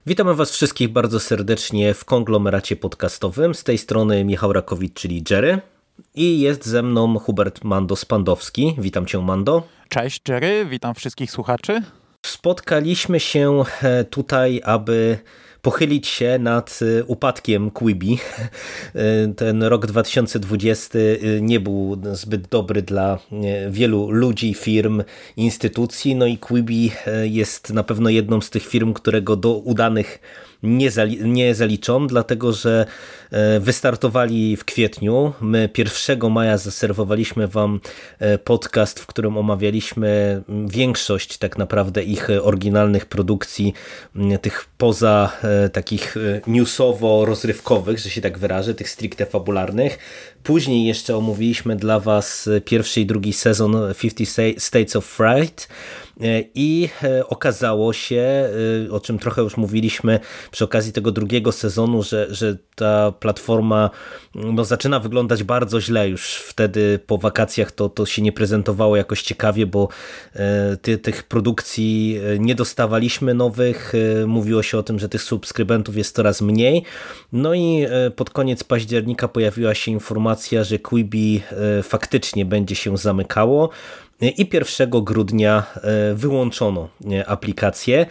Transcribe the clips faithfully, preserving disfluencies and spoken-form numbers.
Witamy Was wszystkich bardzo serdecznie w konglomeracie podcastowym. Z tej strony Michał Rakowicz, czyli Jerry. I jest ze mną Hubert Mando-Spandowski. Witam Cię, Mando. Cześć, Jerry. Witam wszystkich słuchaczy. Spotkaliśmy się tutaj, aby pochylić się nad upadkiem Quibi. Ten rok dwa tysiące dwudziesty nie był zbyt dobry dla wielu ludzi, firm, instytucji. No i Quibi jest na pewno jedną z tych firm, którego do udanych nie, zali- nie zaliczą, dlatego że wystartowali w kwietniu. My pierwszego maja zaserwowaliśmy Wam podcast, w którym omawialiśmy większość tak naprawdę ich oryginalnych produkcji, tych poza takich newsowo-rozrywkowych, że się tak wyrażę, tych stricte fabularnych. Później jeszcze omówiliśmy dla Was pierwszy i drugi sezon pięćdziesiąt States of Fright i okazało się, o czym trochę już mówiliśmy przy okazji tego drugiego sezonu, że, że ta platforma no, zaczyna wyglądać bardzo źle. Już wtedy po wakacjach to, to się nie prezentowało jakoś ciekawie, bo ty, tych produkcji nie dostawaliśmy nowych. Mówiło się o tym, że tych subskrybentów jest coraz mniej. No i pod koniec października pojawiła się informacja, że Quibi faktycznie będzie się zamykało i pierwszego grudnia wyłączono aplikację.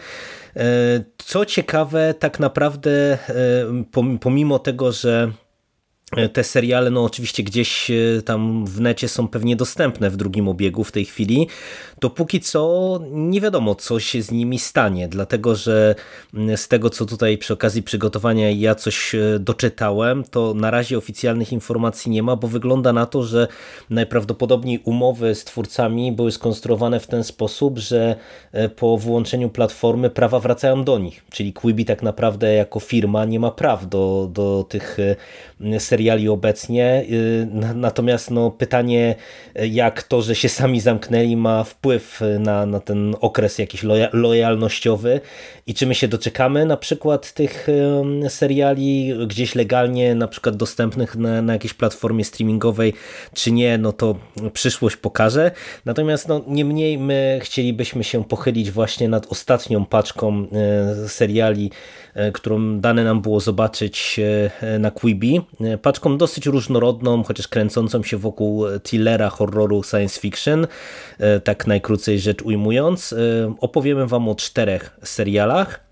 Co ciekawe, tak naprawdę pomimo tego, że te seriale, no oczywiście gdzieś tam w necie są pewnie dostępne w drugim obiegu w tej chwili, to póki co nie wiadomo, co się z nimi stanie, dlatego że z tego, co tutaj przy okazji przygotowania ja coś doczytałem, to na razie oficjalnych informacji nie ma, bo wygląda na to, że najprawdopodobniej umowy z twórcami były skonstruowane w ten sposób, że po wyłączeniu platformy prawa wracają do nich, czyli Quibi tak naprawdę jako firma nie ma praw do, do tych seriali seriali obecnie, natomiast no, pytanie, jak to, że się sami zamknęli, ma wpływ na, na ten okres jakiś loja, lojalnościowy i czy my się doczekamy na przykład tych seriali gdzieś legalnie na przykład dostępnych na, na jakiejś platformie streamingowej, czy nie, no to przyszłość pokaże. Natomiast no, niemniej my chcielibyśmy się pochylić właśnie nad ostatnią paczką seriali, którą dane nam było zobaczyć na Quibi. Paczką dosyć różnorodną, chociaż kręcącą się wokół thrillera, horroru, science fiction, tak najkrócej rzecz ujmując. Opowiemy Wam o czterech serialach.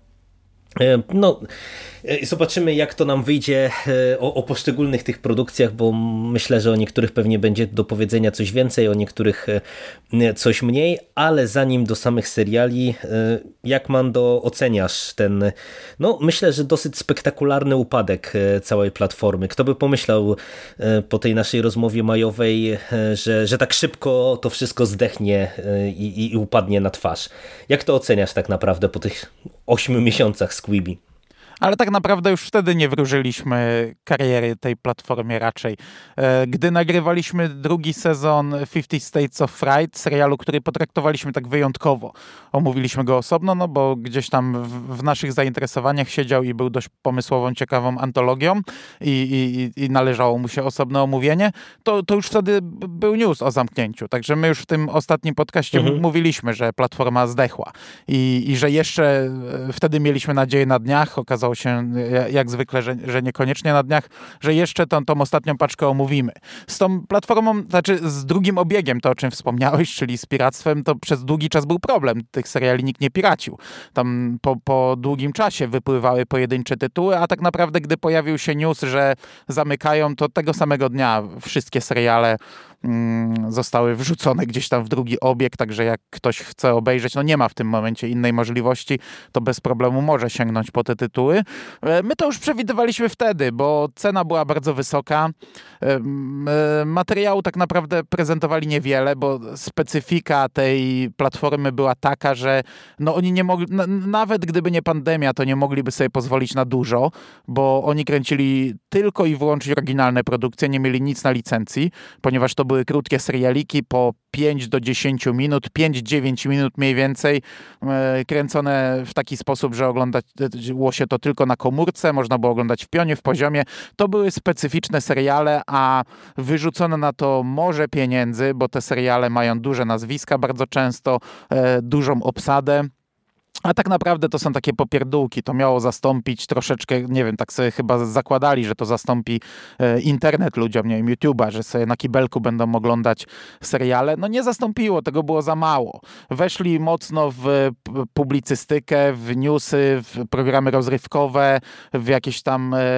No, zobaczymy, jak to nam wyjdzie o, o poszczególnych tych produkcjach, bo myślę, że o niektórych pewnie będzie do powiedzenia coś więcej, o niektórych coś mniej, ale zanim do samych seriali, jak, Mando, oceniasz ten, no myślę, że dosyć spektakularny upadek całej platformy? Kto by pomyślał po tej naszej rozmowie majowej, że, że tak szybko to wszystko zdechnie i, i upadnie na twarz? Jak to oceniasz tak naprawdę po tych ośmiu miesiącach z Quibi? Ale tak naprawdę już wtedy nie wróżyliśmy kariery tej platformie raczej. Gdy nagrywaliśmy drugi sezon pięćdziesiąt States of Fright, serialu, który potraktowaliśmy tak wyjątkowo. Omówiliśmy go osobno, no bo gdzieś tam w, w naszych zainteresowaniach siedział i był dość pomysłową, ciekawą antologią i, i, i należało mu się osobne omówienie. To, to już wtedy był news o zamknięciu. Także my już w tym ostatnim podcaście mhm. mówiliśmy, że platforma zdechła i, i że jeszcze wtedy mieliśmy nadzieję na dniach. Okazało się jak zwykle, że, że niekoniecznie na dniach, że jeszcze tą, tą ostatnią paczkę omówimy. Z tą platformą, znaczy z drugim obiegiem, to o czym wspomniałeś, czyli z piractwem, to przez długi czas był problem. Tych seriali nikt nie piracił. Tam po, po długim czasie wypływały pojedyncze tytuły, a tak naprawdę gdy pojawił się news, że zamykają, to tego samego dnia wszystkie seriale mm, zostały wrzucone gdzieś tam w drugi obieg, także jak ktoś chce obejrzeć, no nie ma w tym momencie innej możliwości, to bez problemu może sięgnąć po te tytuły. My to już przewidywaliśmy wtedy, bo cena była bardzo wysoka. Materiału tak naprawdę prezentowali niewiele, bo specyfika tej platformy była taka, że no oni nie mogli, nawet gdyby nie pandemia, to nie mogliby sobie pozwolić na dużo, bo oni kręcili tylko i wyłącznie oryginalne produkcje, nie mieli nic na licencji, ponieważ to były krótkie serialiki po pięć do dziesięciu minut, pięć do dziewięciu minut mniej więcej, kręcone w taki sposób, że oglądało się to tylko na komórce, można było oglądać w pionie, w poziomie. To były specyficzne seriale, a wyrzucono na to morze pieniędzy, bo te seriale mają duże nazwiska bardzo często, dużą obsadę. A tak naprawdę to są takie popierdółki. To miało zastąpić troszeczkę, nie wiem, tak sobie chyba zakładali, że to zastąpi e, internet ludziom, nie wiem, YouTube'a, że sobie na kibelku będą oglądać seriale. No nie zastąpiło, tego było za mało. Weszli mocno w publicystykę, w newsy, w programy rozrywkowe, w jakieś tam e,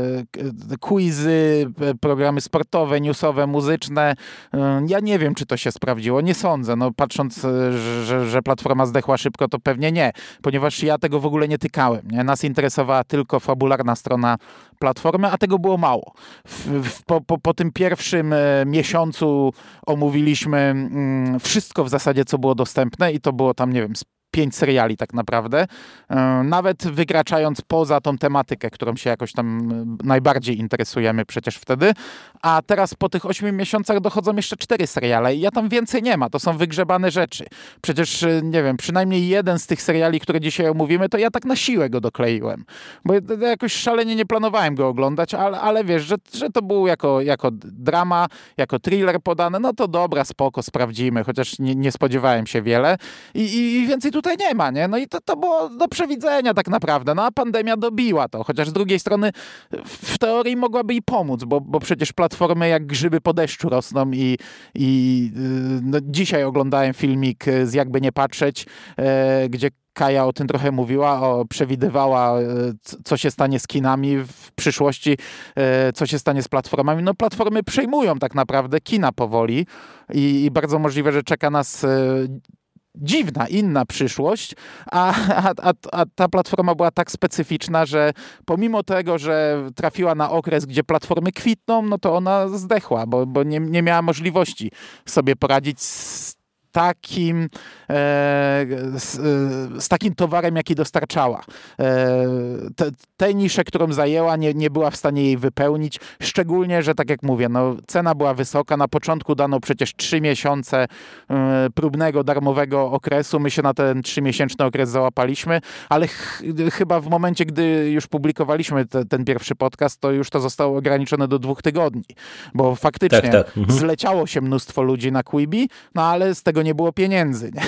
quizy, programy sportowe, newsowe, muzyczne. E, ja nie wiem, czy to się sprawdziło. Nie sądzę. No patrząc, że, że, że platforma zdechła szybko, to pewnie nie. Ponieważ ja tego w ogóle nie tykałem. Nie? Nas interesowała tylko fabularna strona platformy, a tego było mało. W, w, po, po, po tym pierwszym e, miesiącu omówiliśmy mm, wszystko w zasadzie, co było dostępne i to było tam, nie wiem, pięć seriali tak naprawdę, nawet wykraczając poza tą tematykę, którą się jakoś tam najbardziej interesujemy przecież wtedy, a teraz po tych ośmiu miesiącach dochodzą jeszcze cztery seriale i ja tam więcej nie ma, to są wygrzebane rzeczy. Przecież, nie wiem, przynajmniej jeden z tych seriali, które dzisiaj omówimy, to ja tak na siłę go dokleiłem, bo ja jakoś szalenie nie planowałem go oglądać, ale, ale wiesz, że, że to był jako, jako drama, jako thriller podane, no to dobra, spoko, sprawdzimy, chociaż nie, nie spodziewałem się wiele i, i, i więcej tutaj nie ma, nie? No i to, to było do przewidzenia tak naprawdę. No a pandemia dobiła to, chociaż z drugiej strony w teorii mogłaby i pomóc, bo, bo przecież platformy jak grzyby po deszczu rosną i, i no, dzisiaj oglądałem filmik z Jakby nie patrzeć, e, gdzie Kaja o tym trochę mówiła, o, przewidywała, co się stanie z kinami w przyszłości, co się stanie z platformami. No platformy przejmują tak naprawdę kina powoli i, i bardzo możliwe, że czeka nas dziwna, inna przyszłość, a, a, a, a ta platforma była tak specyficzna, że pomimo tego, że trafiła na okres, gdzie platformy kwitną, no to ona zdechła, bo, bo nie, nie miała możliwości sobie poradzić z takim, e, z, z takim towarem, jaki dostarczała. E, te, te nisze, którą zajęła, nie, nie była w stanie jej wypełnić. Szczególnie, że tak jak mówię, no, cena była wysoka. Na początku dano przecież trzy miesiące e, próbnego, darmowego okresu. My się na ten trzymiesięczny okres załapaliśmy, ale ch chyba w momencie, gdy już publikowaliśmy te, ten pierwszy podcast, to już to zostało ograniczone do dwóch tygodni. Bo faktycznie tak, tak. Mhm. zleciało się mnóstwo ludzi na Quibi, no ale z tego nie było pieniędzy. Nie?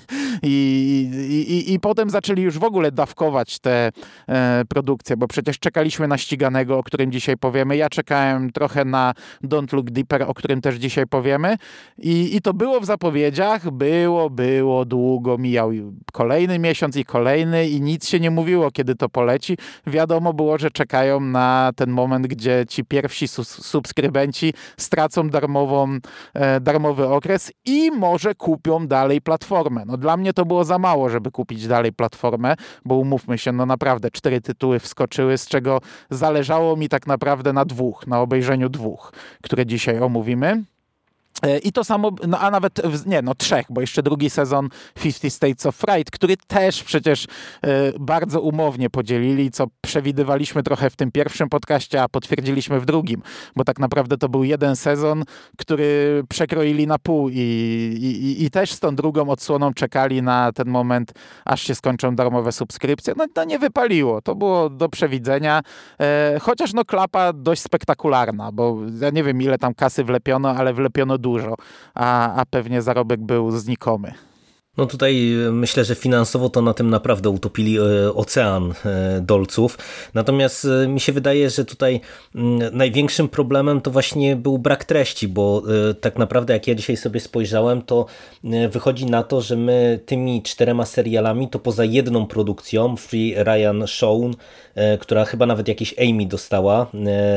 I, i, I potem zaczęli już w ogóle dawkować te e, produkcje, bo przecież czekaliśmy na Ściganego, o którym dzisiaj powiemy. Ja czekałem trochę na Don't Look Deeper, o którym też dzisiaj powiemy. I, i to było w zapowiedziach. Było, było, długo mijał kolejny miesiąc i kolejny i nic się nie mówiło, kiedy to poleci. Wiadomo było, że czekają na ten moment, gdzie ci pierwsi su subskrybenci stracą darmową, e, darmowy okres i może kupią dalej platformę. No dla mnie to było za mało, żeby kupić dalej platformę, bo umówmy się, no naprawdę cztery tytuły wskoczyły, z czego zależało mi tak naprawdę na dwóch, na obejrzeniu dwóch, które dzisiaj omówimy. I to samo, no a nawet, nie, no trzech, bo jeszcze drugi sezon Fifty States of Fright, który też przecież y, bardzo umownie podzielili, co przewidywaliśmy trochę w tym pierwszym podcaście, a potwierdziliśmy w drugim, bo tak naprawdę to był jeden sezon, który przekroili na pół i, i, i też z tą drugą odsłoną czekali na ten moment, aż się skończą darmowe subskrypcje. No to nie wypaliło, to było do przewidzenia, e, chociaż no klapa dość spektakularna, bo ja nie wiem ile tam kasy wlepiono, ale wlepiono dużo, a, a pewnie zarobek był znikomy. No tutaj myślę, że finansowo to na tym naprawdę utopili ocean dolców. Natomiast mi się wydaje, że tutaj największym problemem to właśnie był brak treści, bo tak naprawdę jak ja dzisiaj sobie spojrzałem, to wychodzi na to, że my tymi czterema serialami, to poza jedną produkcją, Free Ryan Show, która chyba nawet jakieś Emmy dostała,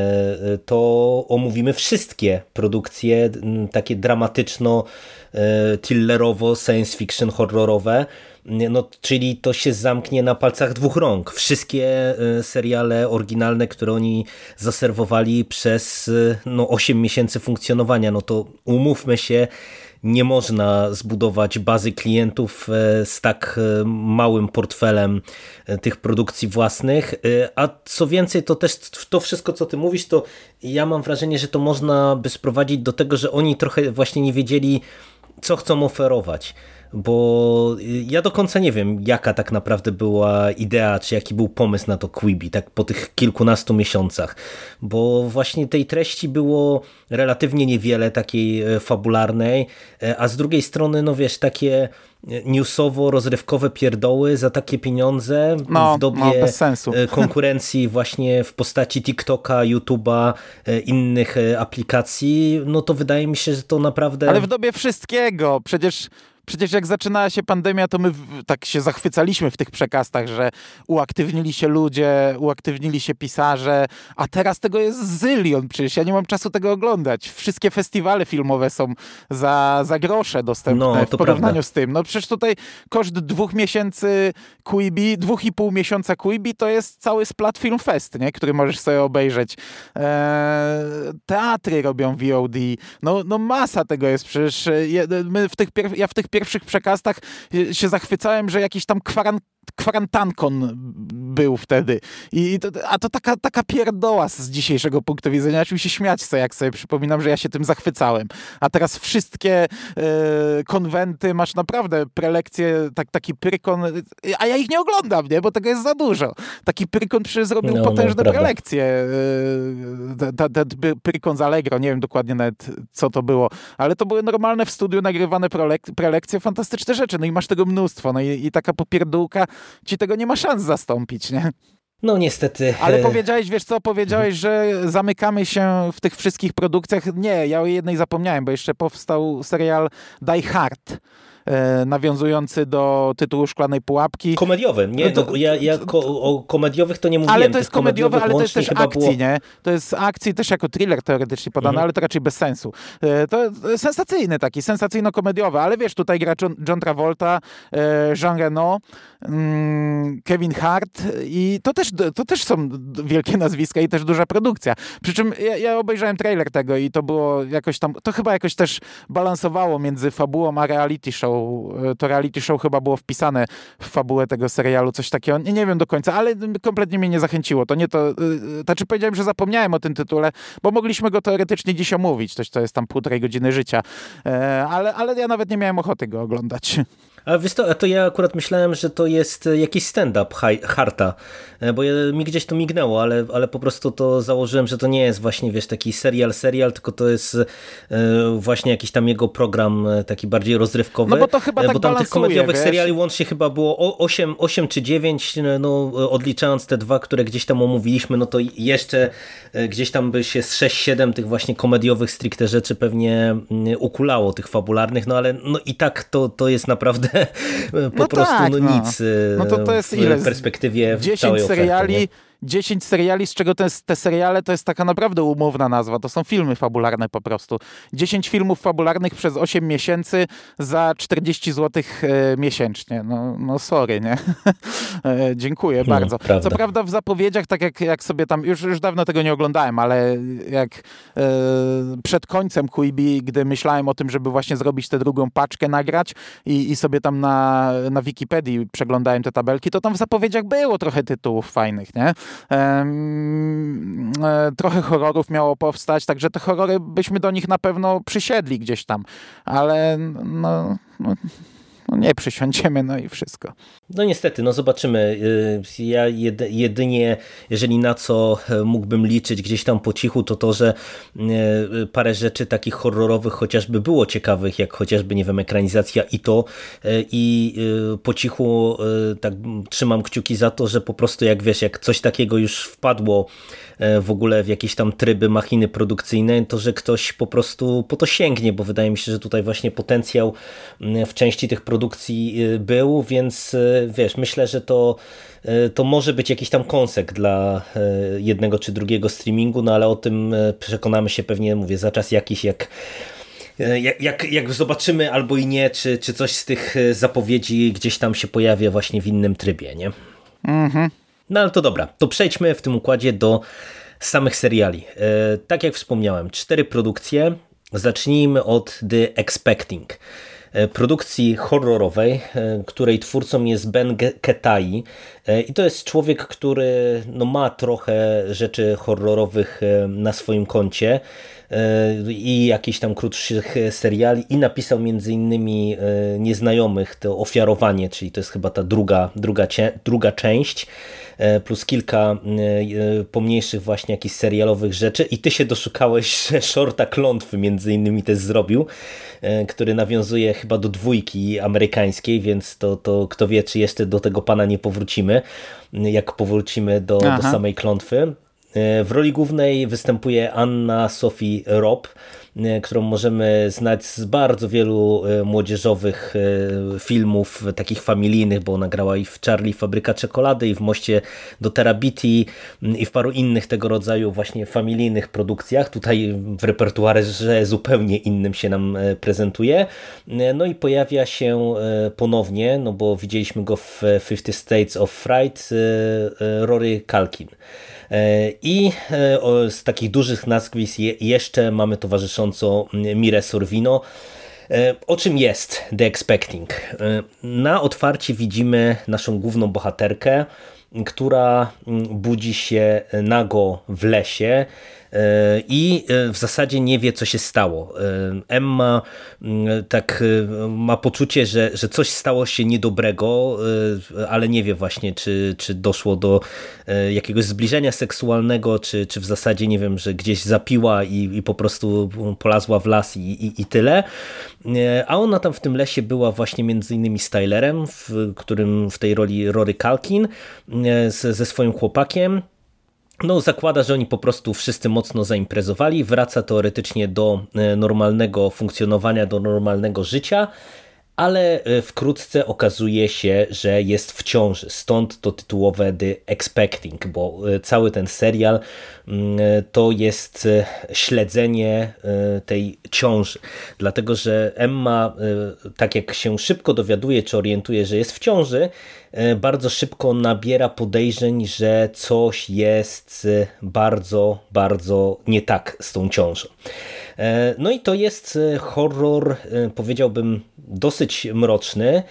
to omówimy wszystkie produkcje takie dramatyczno thrillerowo, science fiction, horrorowe, no, czyli to się zamknie na palcach dwóch rąk. Wszystkie seriale oryginalne, które oni zaserwowali przez no, osiem miesięcy funkcjonowania, no to umówmy się, nie można zbudować bazy klientów z tak małym portfelem tych produkcji własnych, a co więcej, to też to wszystko, co ty mówisz, to ja mam wrażenie, że to można by sprowadzić do tego, że oni trochę właśnie nie wiedzieli, co chcą oferować, bo ja do końca nie wiem, jaka tak naprawdę była idea, czy jaki był pomysł na to Quibi, tak po tych kilkunastu miesiącach, bo właśnie tej treści było relatywnie niewiele, takiej fabularnej, a z drugiej strony, no wiesz, takie newsowo-rozrywkowe pierdoły za takie pieniądze no, w dobie no, bez sensu. konkurencji właśnie w postaci TikToka, YouTube'a, innych aplikacji, no to wydaje mi się, że to naprawdę... Ale w dobie wszystkiego, przecież... Przecież jak zaczynała się pandemia, to my w, tak się zachwycaliśmy w tych przekastach, że uaktywnili się ludzie, uaktywnili się pisarze, a teraz tego jest zylion. Przecież ja nie mam czasu tego oglądać. Wszystkie festiwale filmowe są za, za grosze dostępne no, w porównaniu prawda. z tym. No przecież tutaj koszt dwóch miesięcy Quibi, dwóch i pół miesiąca Quibi to jest cały Splat Film Fest, nie? Który możesz sobie obejrzeć. Eee, teatry robią V O D. No, no masa tego jest. Przecież my w tych pier- ja w tych pierwszych przekastach się zachwycałem, że jakiś tam kwaran kwarantankon był wtedy. I to, a to taka, taka pierdoła z dzisiejszego punktu widzenia. Aż mi się śmiać sobie, jak sobie przypominam, że ja się tym zachwycałem. A teraz wszystkie e, konwenty, masz naprawdę prelekcje, tak, taki prykon, a ja ich nie oglądam, nie? Bo tego jest za dużo. Taki prykon przecież zrobił no, potężne no, prelekcje. E, ten prykon z Allegro, nie wiem dokładnie nawet, co to było, ale to były normalne w studiu nagrywane prelek- prelekcje, fantastyczne rzeczy. No i masz tego mnóstwo. No i, i taka popierdółka ci tego nie ma szans zastąpić, nie? No niestety. Ale powiedziałeś, wiesz co, powiedziałeś, że zamykamy się w tych wszystkich produkcjach. Nie, ja o jednej zapomniałem, bo jeszcze powstał serial Die Hard, e, nawiązujący do tytułu Szklanej Pułapki. Komediowy, nie? To, ja ja ko, o komediowych to nie mówiłem. Ale to jest komediowe, ale to jest też akcji, było... nie? To jest akcji też jako thriller teoretycznie podane, mhm. ale to raczej bez sensu. E, to, to sensacyjny taki, sensacyjno-komediowy, ale wiesz, tutaj gra John, John Travolta, e, Jean Reno, mm, Kevin Hart i to też, to też są wielkie nazwiska i też duża produkcja. Przy czym ja, ja obejrzałem trailer tego i to było jakoś tam, to chyba jakoś też balansowało między fabułą a reality show. To reality show chyba było wpisane w fabułę tego serialu, coś takiego. Nie, nie wiem do końca, ale kompletnie mnie nie zachęciło. To nie to, znaczy powiedziałem, że zapomniałem o tym tytule, bo mogliśmy go teoretycznie dziś omówić, coś to jest tam półtorej godziny życia, ale, ale ja nawet nie miałem ochoty go oglądać. A wiesz to, to ja akurat myślałem, że to jest jakiś stand-up Harta, bo ja, mi gdzieś to mignęło, ale, ale po prostu to założyłem, że to nie jest właśnie, wiesz, taki serial, serial, tylko to jest e, właśnie jakiś tam jego program taki bardziej rozrywkowy. No bo to chyba tak bo tam tych komediowych wiesz? seriali łącznie chyba było osiem, osiem czy dziewięć, no odliczając te dwa, które gdzieś tam omówiliśmy, no to jeszcze gdzieś tam by się z sześć siedem tych właśnie komediowych stricte rzeczy pewnie ukulało, tych fabularnych, no ale no i tak to, to jest naprawdę po no prostu tak, no nic no. No to, to jest ile? w perspektywie dziesięć całej seriali, oferty, dziesięć seriali, z czego te, te seriale to jest taka naprawdę umowna nazwa. To są filmy fabularne po prostu. dziesięć filmów fabularnych przez osiem miesięcy za czterdzieści złotych e, miesięcznie. No, no sorry, nie? e, dziękuję no, bardzo. Prawda. Co prawda w zapowiedziach, tak jak, jak sobie tam, już, już dawno tego nie oglądałem, ale jak e, przed końcem Quibi, gdy myślałem o tym, żeby właśnie zrobić tę drugą paczkę, nagrać i, i sobie tam na, na Wikipedii przeglądałem te tabelki, to tam w zapowiedziach było trochę tytułów fajnych, nie? Um, e, trochę horrorów miało powstać, także te horrory byśmy do nich na pewno przysiedli gdzieś tam, ale no, no, no nie przysiądziemy, no i wszystko. No niestety, no zobaczymy. Ja jedynie, jeżeli na co mógłbym liczyć gdzieś tam po cichu, to to, że parę rzeczy takich horrorowych chociażby było ciekawych, jak chociażby, nie wiem, ekranizacja i to i po cichu tak trzymam kciuki za to, że po prostu jak wiesz, jak coś takiego już wpadło w ogóle w jakieś tam tryby, machiny produkcyjne, to że ktoś po prostu po to sięgnie, bo wydaje mi się, że tutaj właśnie potencjał w części tych produkcji był, więc wiesz, myślę, że to, to może być jakiś tam kąsek dla jednego czy drugiego streamingu, no ale o tym przekonamy się pewnie, mówię, za czas jakiś, jak Jak, jak, jak zobaczymy albo i nie, czy, czy coś z tych zapowiedzi gdzieś tam się pojawia właśnie w innym trybie, nie? Mhm. No ale to dobra, to przejdźmy w tym układzie do samych seriali. E, tak jak wspomniałem, cztery produkcje. Zacznijmy od The Expecting. E, produkcji horrorowej, e, której twórcą jest Ben Ketai. E, I to jest człowiek, który no, ma trochę rzeczy horrorowych e, na swoim koncie. i jakichś tam krótszych seriali i napisał między innymi Nieznajomych, to Ofiarowanie, czyli to jest chyba ta druga, druga, druga część, plus kilka pomniejszych właśnie jakichś serialowych rzeczy i ty się doszukałeś, że shorta Klątwy między innymi też zrobił, który nawiązuje chyba do dwójki amerykańskiej, więc to, to kto wie, czy jeszcze do tego pana nie powrócimy, jak powrócimy do, do samej Klątwy. W roli głównej występuje Anna Sophie Robb, którą możemy znać z bardzo wielu młodzieżowych filmów, takich familijnych, bo ona grała i w Charlie Fabryka Czekolady, i w Moście do Terabithii, i w paru innych tego rodzaju właśnie familijnych produkcjach. Tutaj w repertuarze zupełnie innym się nam prezentuje. No i pojawia się ponownie, no bo widzieliśmy go w Fifty States of Fright, Rory Culkin. I z takich dużych nazwisk jeszcze mamy towarzyszącą Mirę Sorvino. O czym jest The Expecting? Na otwarcie widzimy naszą główną bohaterkę, która budzi się nago w lesie i w zasadzie nie wie, co się stało. Emma tak ma poczucie, że, że coś stało się niedobrego, ale nie wie właśnie, czy, czy doszło do jakiegoś zbliżenia seksualnego, czy, czy w zasadzie, nie wiem, że gdzieś zapiła i, i po prostu polazła w las i, i, i tyle. A ona tam w tym lesie była właśnie między innymi z Tylerem, w którym w tej roli Rory Culkin, z, ze swoim chłopakiem. No, zakłada, że oni po prostu wszyscy mocno zaimprezowali, wraca teoretycznie do normalnego funkcjonowania, do normalnego życia, ale wkrótce okazuje się, że jest w ciąży. Stąd to tytułowe The Expecting, bo cały ten serial to jest śledzenie tej ciąży. Dlatego, że Emma, tak jak się szybko dowiaduje, czy orientuje, że jest w ciąży, bardzo szybko nabiera podejrzeń, że coś jest bardzo, bardzo nie tak z tą ciążą. No i to jest horror, powiedziałbym, dosyć mroczny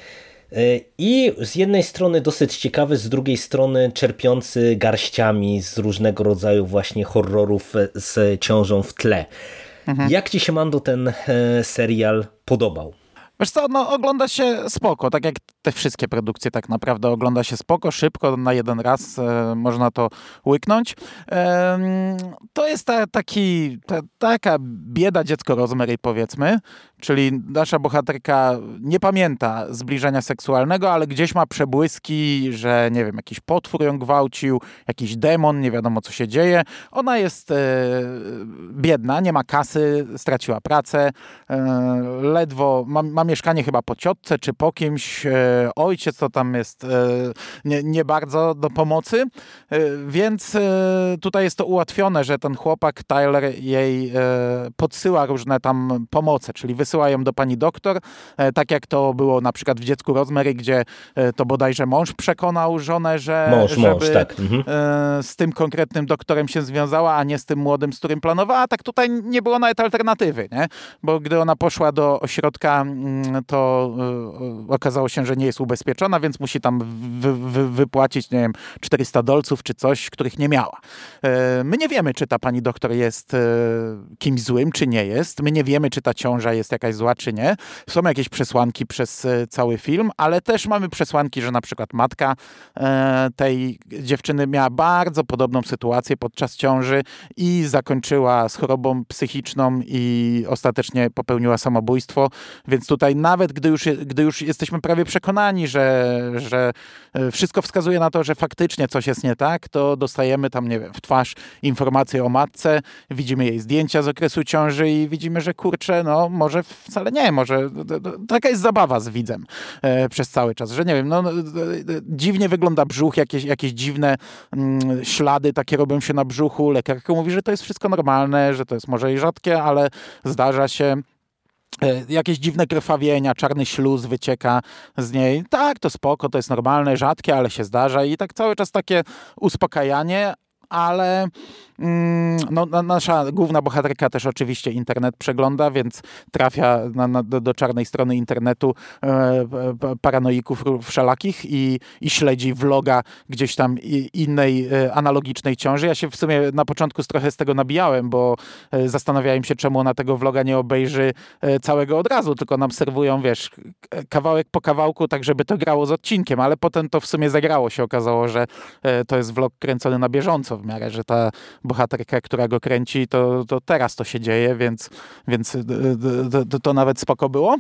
i z jednej strony dosyć ciekawy, z drugiej strony czerpiący garściami z różnego rodzaju właśnie horrorów z ciążą w tle. Mhm. Jak ci się, Mando, ten serial podobał? Wiesz co, no ogląda się spoko, tak jak te wszystkie produkcje tak naprawdę ogląda się spoko, szybko, na jeden raz e, można to łyknąć. E, to jest ta, taki, ta, taka bieda dziecko Rosemary, powiedzmy, czyli nasza bohaterka nie pamięta zbliżenia seksualnego, ale gdzieś ma przebłyski, że nie wiem, jakiś potwór ją gwałcił, jakiś demon, nie wiadomo co się dzieje. Ona jest e, biedna, nie ma kasy, straciła pracę, e, ledwo ma, ma mieszkanie chyba po ciotce czy po kimś, e, ojciec to tam jest e, nie, nie bardzo do pomocy, e, więc e, tutaj jest to ułatwione, że ten chłopak Tyler jej e, podsyła różne tam pomoce, czyli wysyła ją do pani doktor, e, tak jak to było na przykład w Dziecku Rosemary, gdzie e, to bodajże mąż przekonał żonę, że mąż, żeby mąż, tak. Mhm. e, z tym konkretnym doktorem się związała, a nie z tym młodym, z którym planowała, a tak tutaj nie było nawet alternatywy, nie? Bo gdy ona poszła do ośrodka, to y, okazało się, że nie jest ubezpieczona, więc musi tam wy, wy, wypłacić, nie wiem, czterysta dolców czy coś, których nie miała. Y, my nie wiemy, czy ta pani doktor jest y, kimś złym, czy nie jest. My nie wiemy, czy ta ciąża jest jakaś zła, czy nie. Są jakieś przesłanki przez y, cały film, ale też mamy przesłanki, że na przykład matka y, tej dziewczyny miała bardzo podobną sytuację podczas ciąży i zakończyła z chorobą psychiczną i ostatecznie popełniła samobójstwo, więc tutaj nawet gdy już, gdy już jesteśmy prawie przekonani, że, że wszystko wskazuje na to, że faktycznie coś jest nie tak, to dostajemy tam, nie wiem, w twarz informacje o matce, widzimy jej zdjęcia z okresu ciąży i widzimy, że kurczę, no może wcale nie, może taka jest zabawa z widzem e, przez cały czas, że nie wiem, no dziwnie wygląda brzuch, jakieś, jakieś dziwne mm, ślady takie robią się na brzuchu, lekarka mówi, że to jest wszystko normalne, że to jest może i rzadkie, ale zdarza się. Jakieś dziwne krwawienia, czarny śluz wycieka z niej. Tak, to spoko, to jest normalne, rzadkie, ale się zdarza i tak cały czas takie uspokajanie, ale no, nasza główna bohaterka też oczywiście internet przegląda, więc trafia na, na, do, do czarnej strony internetu e, paranoików wszelakich i, i śledzi vloga gdzieś tam innej e, analogicznej ciąży. Ja się w sumie na początku trochę z tego nabijałem, bo e, zastanawiałem się, czemu ona tego vloga nie obejrzy e, całego od razu, tylko nam serwują, wiesz, kawałek po kawałku, tak żeby to grało z odcinkiem, ale potem to w sumie zagrało. Się okazało, że e, to jest vlog kręcony na bieżąco w miarę, że ta bohaterka, która go kręci, to, to teraz to się dzieje, więc, więc to, to, to nawet spoko było.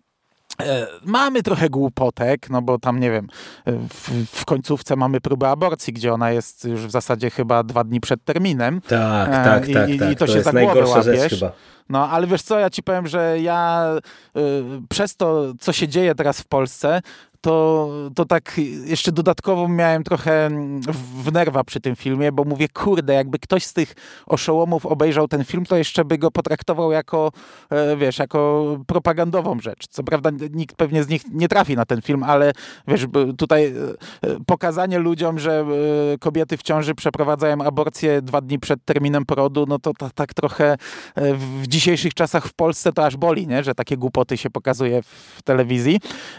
Mamy trochę głupotek, no bo tam, nie wiem, w, w końcówce mamy próbę aborcji, gdzie ona jest już w zasadzie chyba dwa dni przed terminem. Tak, tak, I, tak. I, tak. i to, to się jest za głowę najgorsza łapiesz. rzecz chyba. No, ale wiesz co, ja ci powiem, że ja y, przez to, co się dzieje teraz w Polsce, to, to tak jeszcze dodatkowo miałem trochę w nerwa przy tym filmie, bo mówię, kurde, jakby ktoś z tych oszołomów obejrzał ten film, to jeszcze by go potraktował jako, wiesz, jako propagandową rzecz. Co prawda nikt pewnie z nich nie trafi na ten film, ale wiesz, tutaj pokazanie ludziom, że kobiety w ciąży przeprowadzają aborcję dwa dni przed terminem porodu, no to, to tak trochę w dzisiejszych czasach w Polsce to aż boli, nie? Że takie głupoty się pokazuje w telewizji.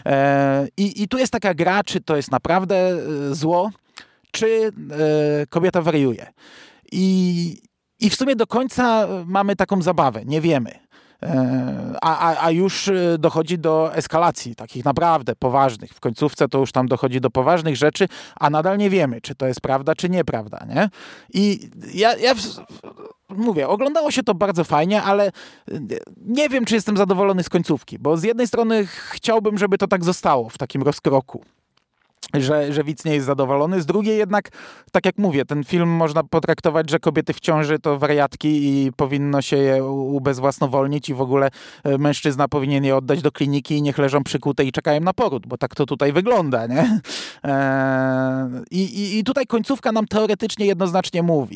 I I tu jest taka gra, czy to jest naprawdę zło, czy e, kobieta wariuje. I, I w sumie do końca mamy taką zabawę, nie wiemy. E, a, a, a już dochodzi do eskalacji, takich naprawdę poważnych. W końcówce to już tam dochodzi do poważnych rzeczy, a nadal nie wiemy, czy to jest prawda, czy nieprawda, nie? I ja, ja w, mówię, oglądało się to bardzo fajnie, ale nie wiem, czy jestem zadowolony z końcówki, bo z jednej strony chciałbym, żeby to tak zostało w takim rozkroku, że, że widz nie jest zadowolony. Z drugiej jednak, tak jak mówię, ten film można potraktować, że kobiety w ciąży to wariatki i powinno się je ubezwłasnowolnić i w ogóle mężczyzna powinien je oddać do kliniki i niech leżą przykute i czekają na poród, bo tak to tutaj wygląda, nie? Eee, i, I tutaj końcówka nam teoretycznie jednoznacznie mówi.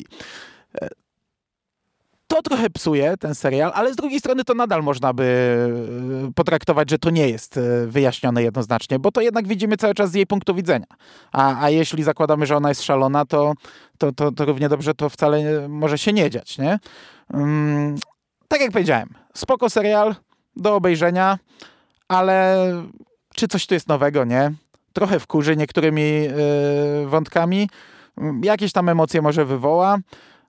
To trochę psuje ten serial, ale z drugiej strony to nadal można by potraktować, że to nie jest wyjaśnione jednoznacznie, bo to jednak widzimy cały czas z jej punktu widzenia. A, a jeśli zakładamy, że ona jest szalona, to, to, to, to równie dobrze to wcale nie, może się nie dziać, nie? Um, tak jak powiedziałem, spoko serial do obejrzenia, ale czy coś tu jest nowego, nie? Trochę wkurzy niektórymi yy, wątkami, jakieś tam emocje może wywoła,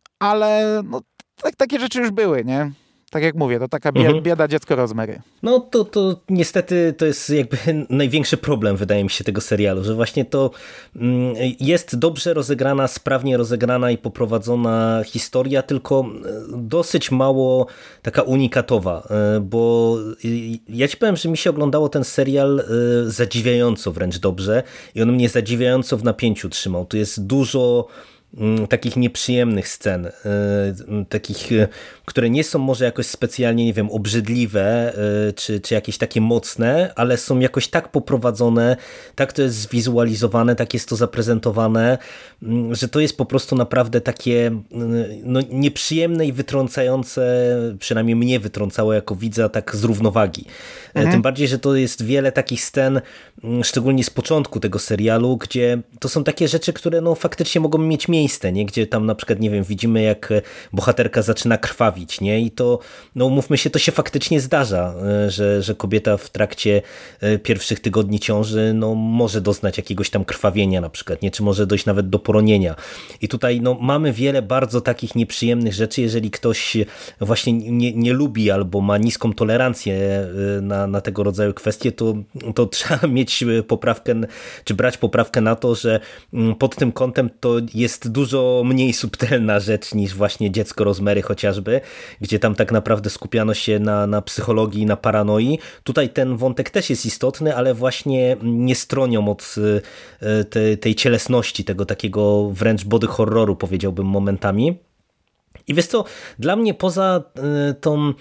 ale no, tak, takie rzeczy już były, nie? Tak jak mówię, to taka bieda, mhm. bieda dziecko Rosemary. No to, to niestety to jest jakby największy problem, wydaje mi się, tego serialu, że właśnie to jest dobrze rozegrana, sprawnie rozegrana i poprowadzona historia, tylko dosyć mało taka unikatowa, bo ja ci powiem, że mi się oglądało ten serial zadziwiająco wręcz dobrze i on mnie zadziwiająco w napięciu trzymał. Tu jest dużo takich nieprzyjemnych scen, takich, które nie są może jakoś specjalnie, nie wiem, obrzydliwe, czy, czy jakieś takie mocne, ale są jakoś tak poprowadzone, tak to jest zwizualizowane, tak jest to zaprezentowane, że to jest po prostu naprawdę takie no, nieprzyjemne i wytrącające, przynajmniej mnie wytrącało jako widza tak z równowagi. Mhm. Tym bardziej, że to jest wiele takich scen, szczególnie z początku tego serialu, gdzie to są takie rzeczy, które no faktycznie mogą mieć miejsce, nie? Gdzie tam na przykład, nie wiem, widzimy jak bohaterka zaczyna krwawić, nie? I to, no umówmy się, to się faktycznie zdarza, że, że kobieta w trakcie pierwszych tygodni ciąży, no może doznać jakiegoś tam krwawienia na przykład, nie? Czy może dojść nawet do poronienia. I tutaj no mamy wiele bardzo takich nieprzyjemnych rzeczy, jeżeli ktoś właśnie nie, nie lubi albo ma niską tolerancję na, na tego rodzaju kwestie, to, to trzeba mieć poprawkę, czy brać poprawkę na to, że pod tym kątem to jest dużo mniej subtelna rzecz niż właśnie dziecko Rosemary chociażby, gdzie tam tak naprawdę skupiano się na, na psychologii, na paranoi. Tutaj ten wątek też jest istotny, ale właśnie nie stronią od te, tej cielesności, tego takiego wręcz body horroru, powiedziałbym momentami. I wiesz co, dla mnie poza tą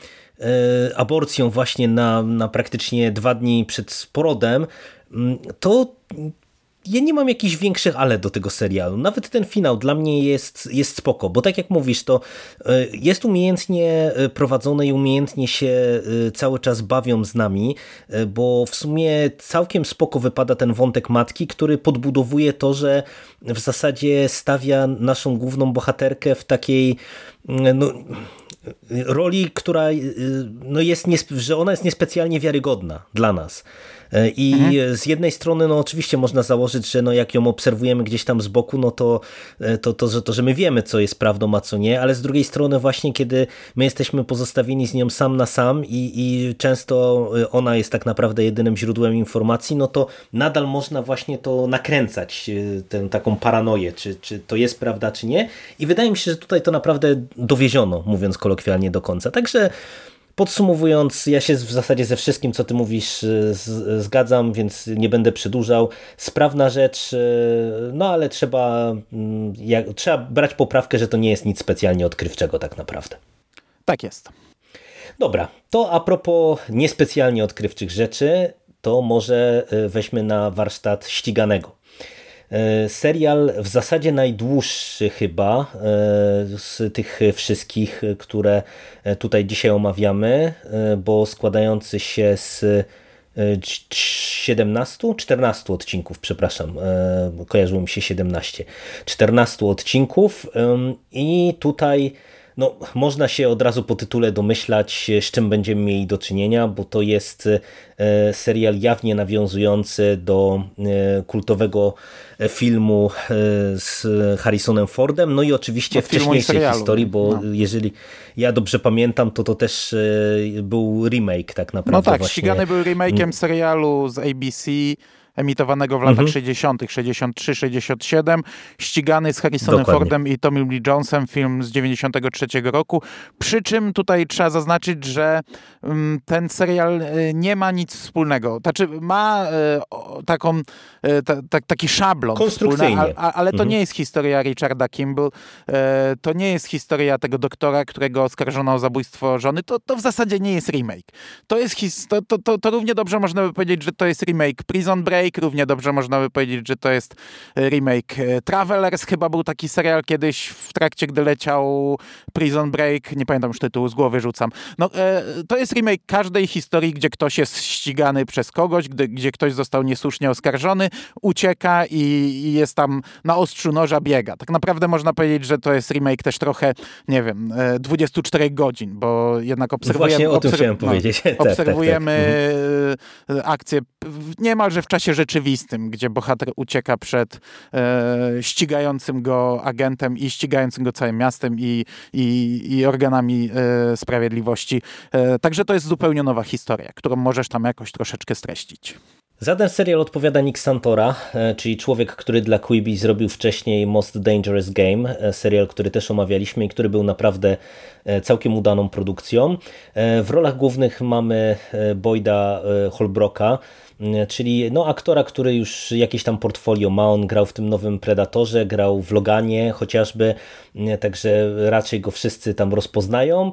aborcją właśnie na, na praktycznie dwa dni przed porodem, to ja nie mam jakichś większych ale do tego serialu. Nawet ten finał dla mnie jest, jest spoko, bo tak jak mówisz, to jest umiejętnie prowadzone i umiejętnie się cały czas bawią z nami, bo w sumie całkiem spoko wypada ten wątek matki, który podbudowuje to, że w zasadzie stawia naszą główną bohaterkę w takiej no, roli, która no jest, że ona jest niespecjalnie wiarygodna dla nas. I mhm. z jednej strony, no oczywiście można założyć, że no jak ją obserwujemy gdzieś tam z boku, no to, to, to, że, to, że my wiemy, co jest prawdą, a co nie, ale z drugiej strony właśnie, kiedy my jesteśmy pozostawieni z nią sam na sam i, i często ona jest tak naprawdę jedynym źródłem informacji, no to nadal można właśnie to nakręcać, tę taką paranoję, czy, czy to jest prawda, czy nie. I wydaje mi się, że tutaj to naprawdę dowieziono, mówiąc kolokwialnie, do końca. Także podsumowując, ja się w zasadzie ze wszystkim, co ty mówisz, zgadzam, więc nie będę przedłużał. Sprawna rzecz, no ale trzeba, jak, trzeba brać poprawkę, że to nie jest nic specjalnie odkrywczego tak naprawdę. Tak jest. Dobra, to a propos niespecjalnie odkrywczych rzeczy, to może weźmy na warsztat ściganego. Serial w zasadzie najdłuższy chyba z tych wszystkich, które tutaj dzisiaj omawiamy, bo składający się z siedemnastu, czternastu odcinków, przepraszam, kojarzyło mi się siedemnaście, czternastu odcinków i tutaj no, można się od razu po tytule domyślać, z czym będziemy mieli do czynienia, bo to jest serial jawnie nawiązujący do kultowego filmu z Harrisonem Fordem, no i oczywiście no, wcześniejszej historii, bo no. jeżeli ja dobrze pamiętam, to to też był remake tak naprawdę. No tak, właśnie. Ścigany był remake'iem serialu z A B C, emitowanego w latach mhm. sześćdziesiątych, sześćdziesiąt trzy sześćdziesiąt siedem, ścigany z Harrisonem Dokładnie. Fordem i Tommy Lee Jonesem, film z dziewięćdziesiątego trzeciego roku. Przy czym tutaj trzeba zaznaczyć, że um, ten serial nie ma nic wspólnego. Znaczy ma e, o, taką, e, ta, ta, taki szablon konstrukcyjnie. Wspólny, a, ale to mhm. nie jest historia Richarda Kimball, e, to nie jest historia tego doktora, którego oskarżono o zabójstwo żony. To, to w zasadzie nie jest remake. To, jest his, to, to, to, to równie dobrze można by powiedzieć, że to jest remake Prison Break, równie dobrze można by powiedzieć, że to jest remake Travelers. Chyba był taki serial kiedyś w trakcie, gdy leciał Prison Break. Nie pamiętam już tytułu, z głowy rzucam. No, e, to jest remake każdej historii, gdzie ktoś jest ścigany przez kogoś, gdy, gdzie ktoś został niesłusznie oskarżony, ucieka i, i jest tam na ostrzu noża, biega. Tak naprawdę można powiedzieć, że to jest remake też trochę, nie wiem, dwudziestu czterech godzin, bo jednak obserwujemy... Właśnie o tym obserw- chciałem no, powiedzieć. Obserwujemy tak, tak, tak. akcję niemalże w czasie rzeczywistym, gdzie bohater ucieka przed e, ścigającym go agentem i ścigającym go całym miastem i, i, i organami e, sprawiedliwości. E, także to jest zupełnie nowa historia, którą możesz tam jakoś troszeczkę streścić. Za ten serial odpowiada Nick Santora, czyli człowiek, który dla Quibi zrobił wcześniej Most Dangerous Game, serial, który też omawialiśmy i który był naprawdę całkiem udaną produkcją. W rolach głównych mamy Boyda Holbrooka, czyli no, aktora, który już jakieś tam portfolio ma. On grał w tym nowym Predatorze, grał w Loganie chociażby, także raczej go wszyscy tam rozpoznają.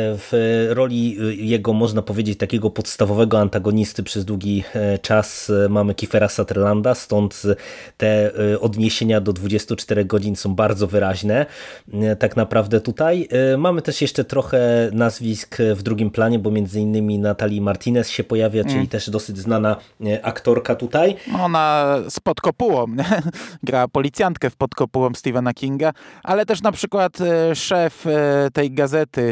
W roli jego, można powiedzieć, takiego podstawowego antagonisty przez długi czas mamy Kiefera Sutherlanda, stąd te odniesienia do dwudziestu czterech godzin są bardzo wyraźne tak naprawdę tutaj. Mamy też jeszcze trochę nazwisk w drugim planie, bo między innymi Natalie Martinez się pojawia, mm. czyli też dosyć znana aktorka tutaj. Ona z Pod kopułą, nie? Gra policjantkę w Pod kopułą Stephena Kinga, ale też na przykład szef tej gazety,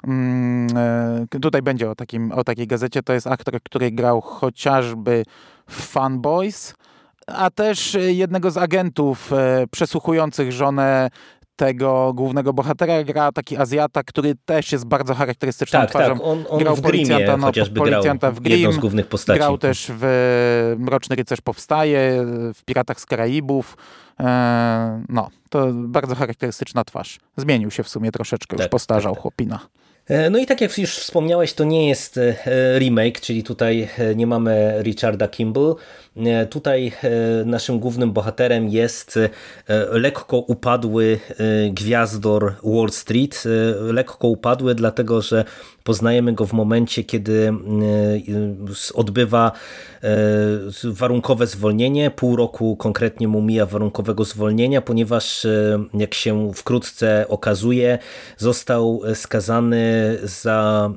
tutaj będzie o, takim, o takiej gazecie, to jest aktor, który grał chociażby w Fun Boys, a też jednego z agentów przesłuchujących żonę tego głównego bohatera gra taki Azjata, który też jest bardzo charakterystyczną tak, twarzą. Tak, on, on grał w policjanta, no, chociażby policjanta grał w Grimm, jedną z głównych postaci. Grał też w Mroczny Rycerz Powstaje, w Piratach z Karaibów. No, to bardzo charakterystyczna twarz. Zmienił się w sumie troszeczkę, tak, już postarzał tak, tak. chłopina. No i tak jak już wspomniałeś, to nie jest remake, czyli tutaj nie mamy Richarda Kimball, Tutaj naszym głównym bohaterem jest lekko upadły gwiazdor Wall Street. Lekko upadły, dlatego że poznajemy go w momencie, kiedy odbywa warunkowe zwolnienie. Pół roku konkretnie mu mija warunkowego zwolnienia, ponieważ jak się wkrótce okazuje, został skazany za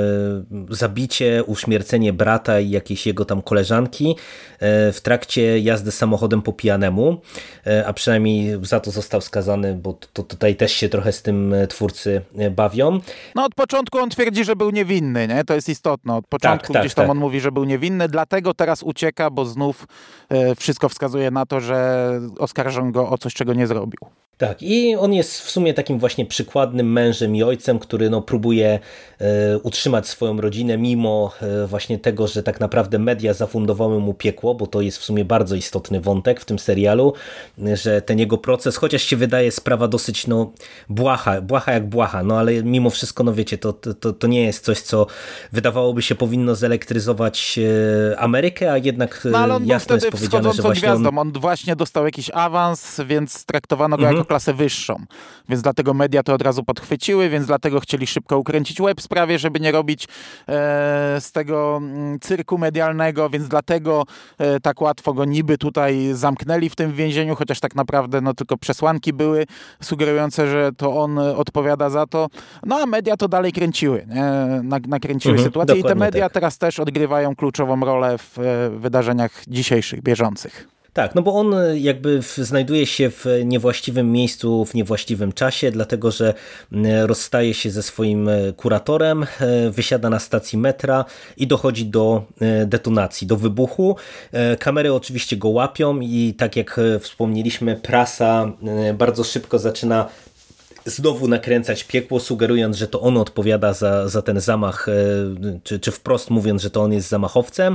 zabicie, uśmiercenie brata i jakiejś jego tam koleżanki w trakcie jazdy samochodem po pijanemu, a przynajmniej za to został skazany, bo to tutaj też się trochę z tym twórcy bawią. No od początku on twierdzi, że był niewinny, nie? To jest istotne. Od początku tak, tak, gdzieś tam tak. on mówi, że był niewinny, dlatego teraz ucieka, bo znów e, wszystko wskazuje na to, że oskarżą go o coś, czego nie zrobił. Tak, i on jest w sumie takim właśnie przykładnym mężem i ojcem, który no, próbuje e, utrzymać swoją rodzinę mimo e, właśnie tego, że tak naprawdę media zafundowały mu piekło, bo to jest w sumie bardzo istotny wątek w tym serialu, że ten jego proces, chociaż się wydaje sprawa dosyć no, błaha, błaha jak błaha, no ale mimo wszystko, no wiecie, to, to, to nie jest coś, co wydawałoby się powinno zelektryzować e, Amerykę, a jednak e, no, ale on jasno jest powiedziane, że właśnie gwiazdą. on... on właśnie dostał jakiś awans, więc traktowano go mhm. jako klasę wyższą. Więc dlatego media to od razu podchwyciły, więc dlatego chcieli szybko ukręcić łeb sprawie, żeby nie robić e, z tego m, cyrku medialnego, więc dlatego e, tak łatwo go niby tutaj zamknęli w tym więzieniu, chociaż tak naprawdę no tylko przesłanki były sugerujące, że to on odpowiada za to. No a media to dalej kręciły. Nie? Nakręciły mhm, sytuację i te media tak. teraz też odgrywają kluczową rolę w e, wydarzeniach dzisiejszych, bieżących. Tak, no bo on jakby znajduje się w niewłaściwym miejscu, w niewłaściwym czasie, dlatego że rozstaje się ze swoim kuratorem, wysiada na stacji metra i dochodzi do detonacji, do wybuchu. Kamery oczywiście go łapią i tak jak wspomnieliśmy, prasa bardzo szybko zaczyna znowu nakręcać piekło, sugerując, że to on odpowiada za, za ten zamach, czy, czy wprost mówiąc, że to on jest zamachowcem.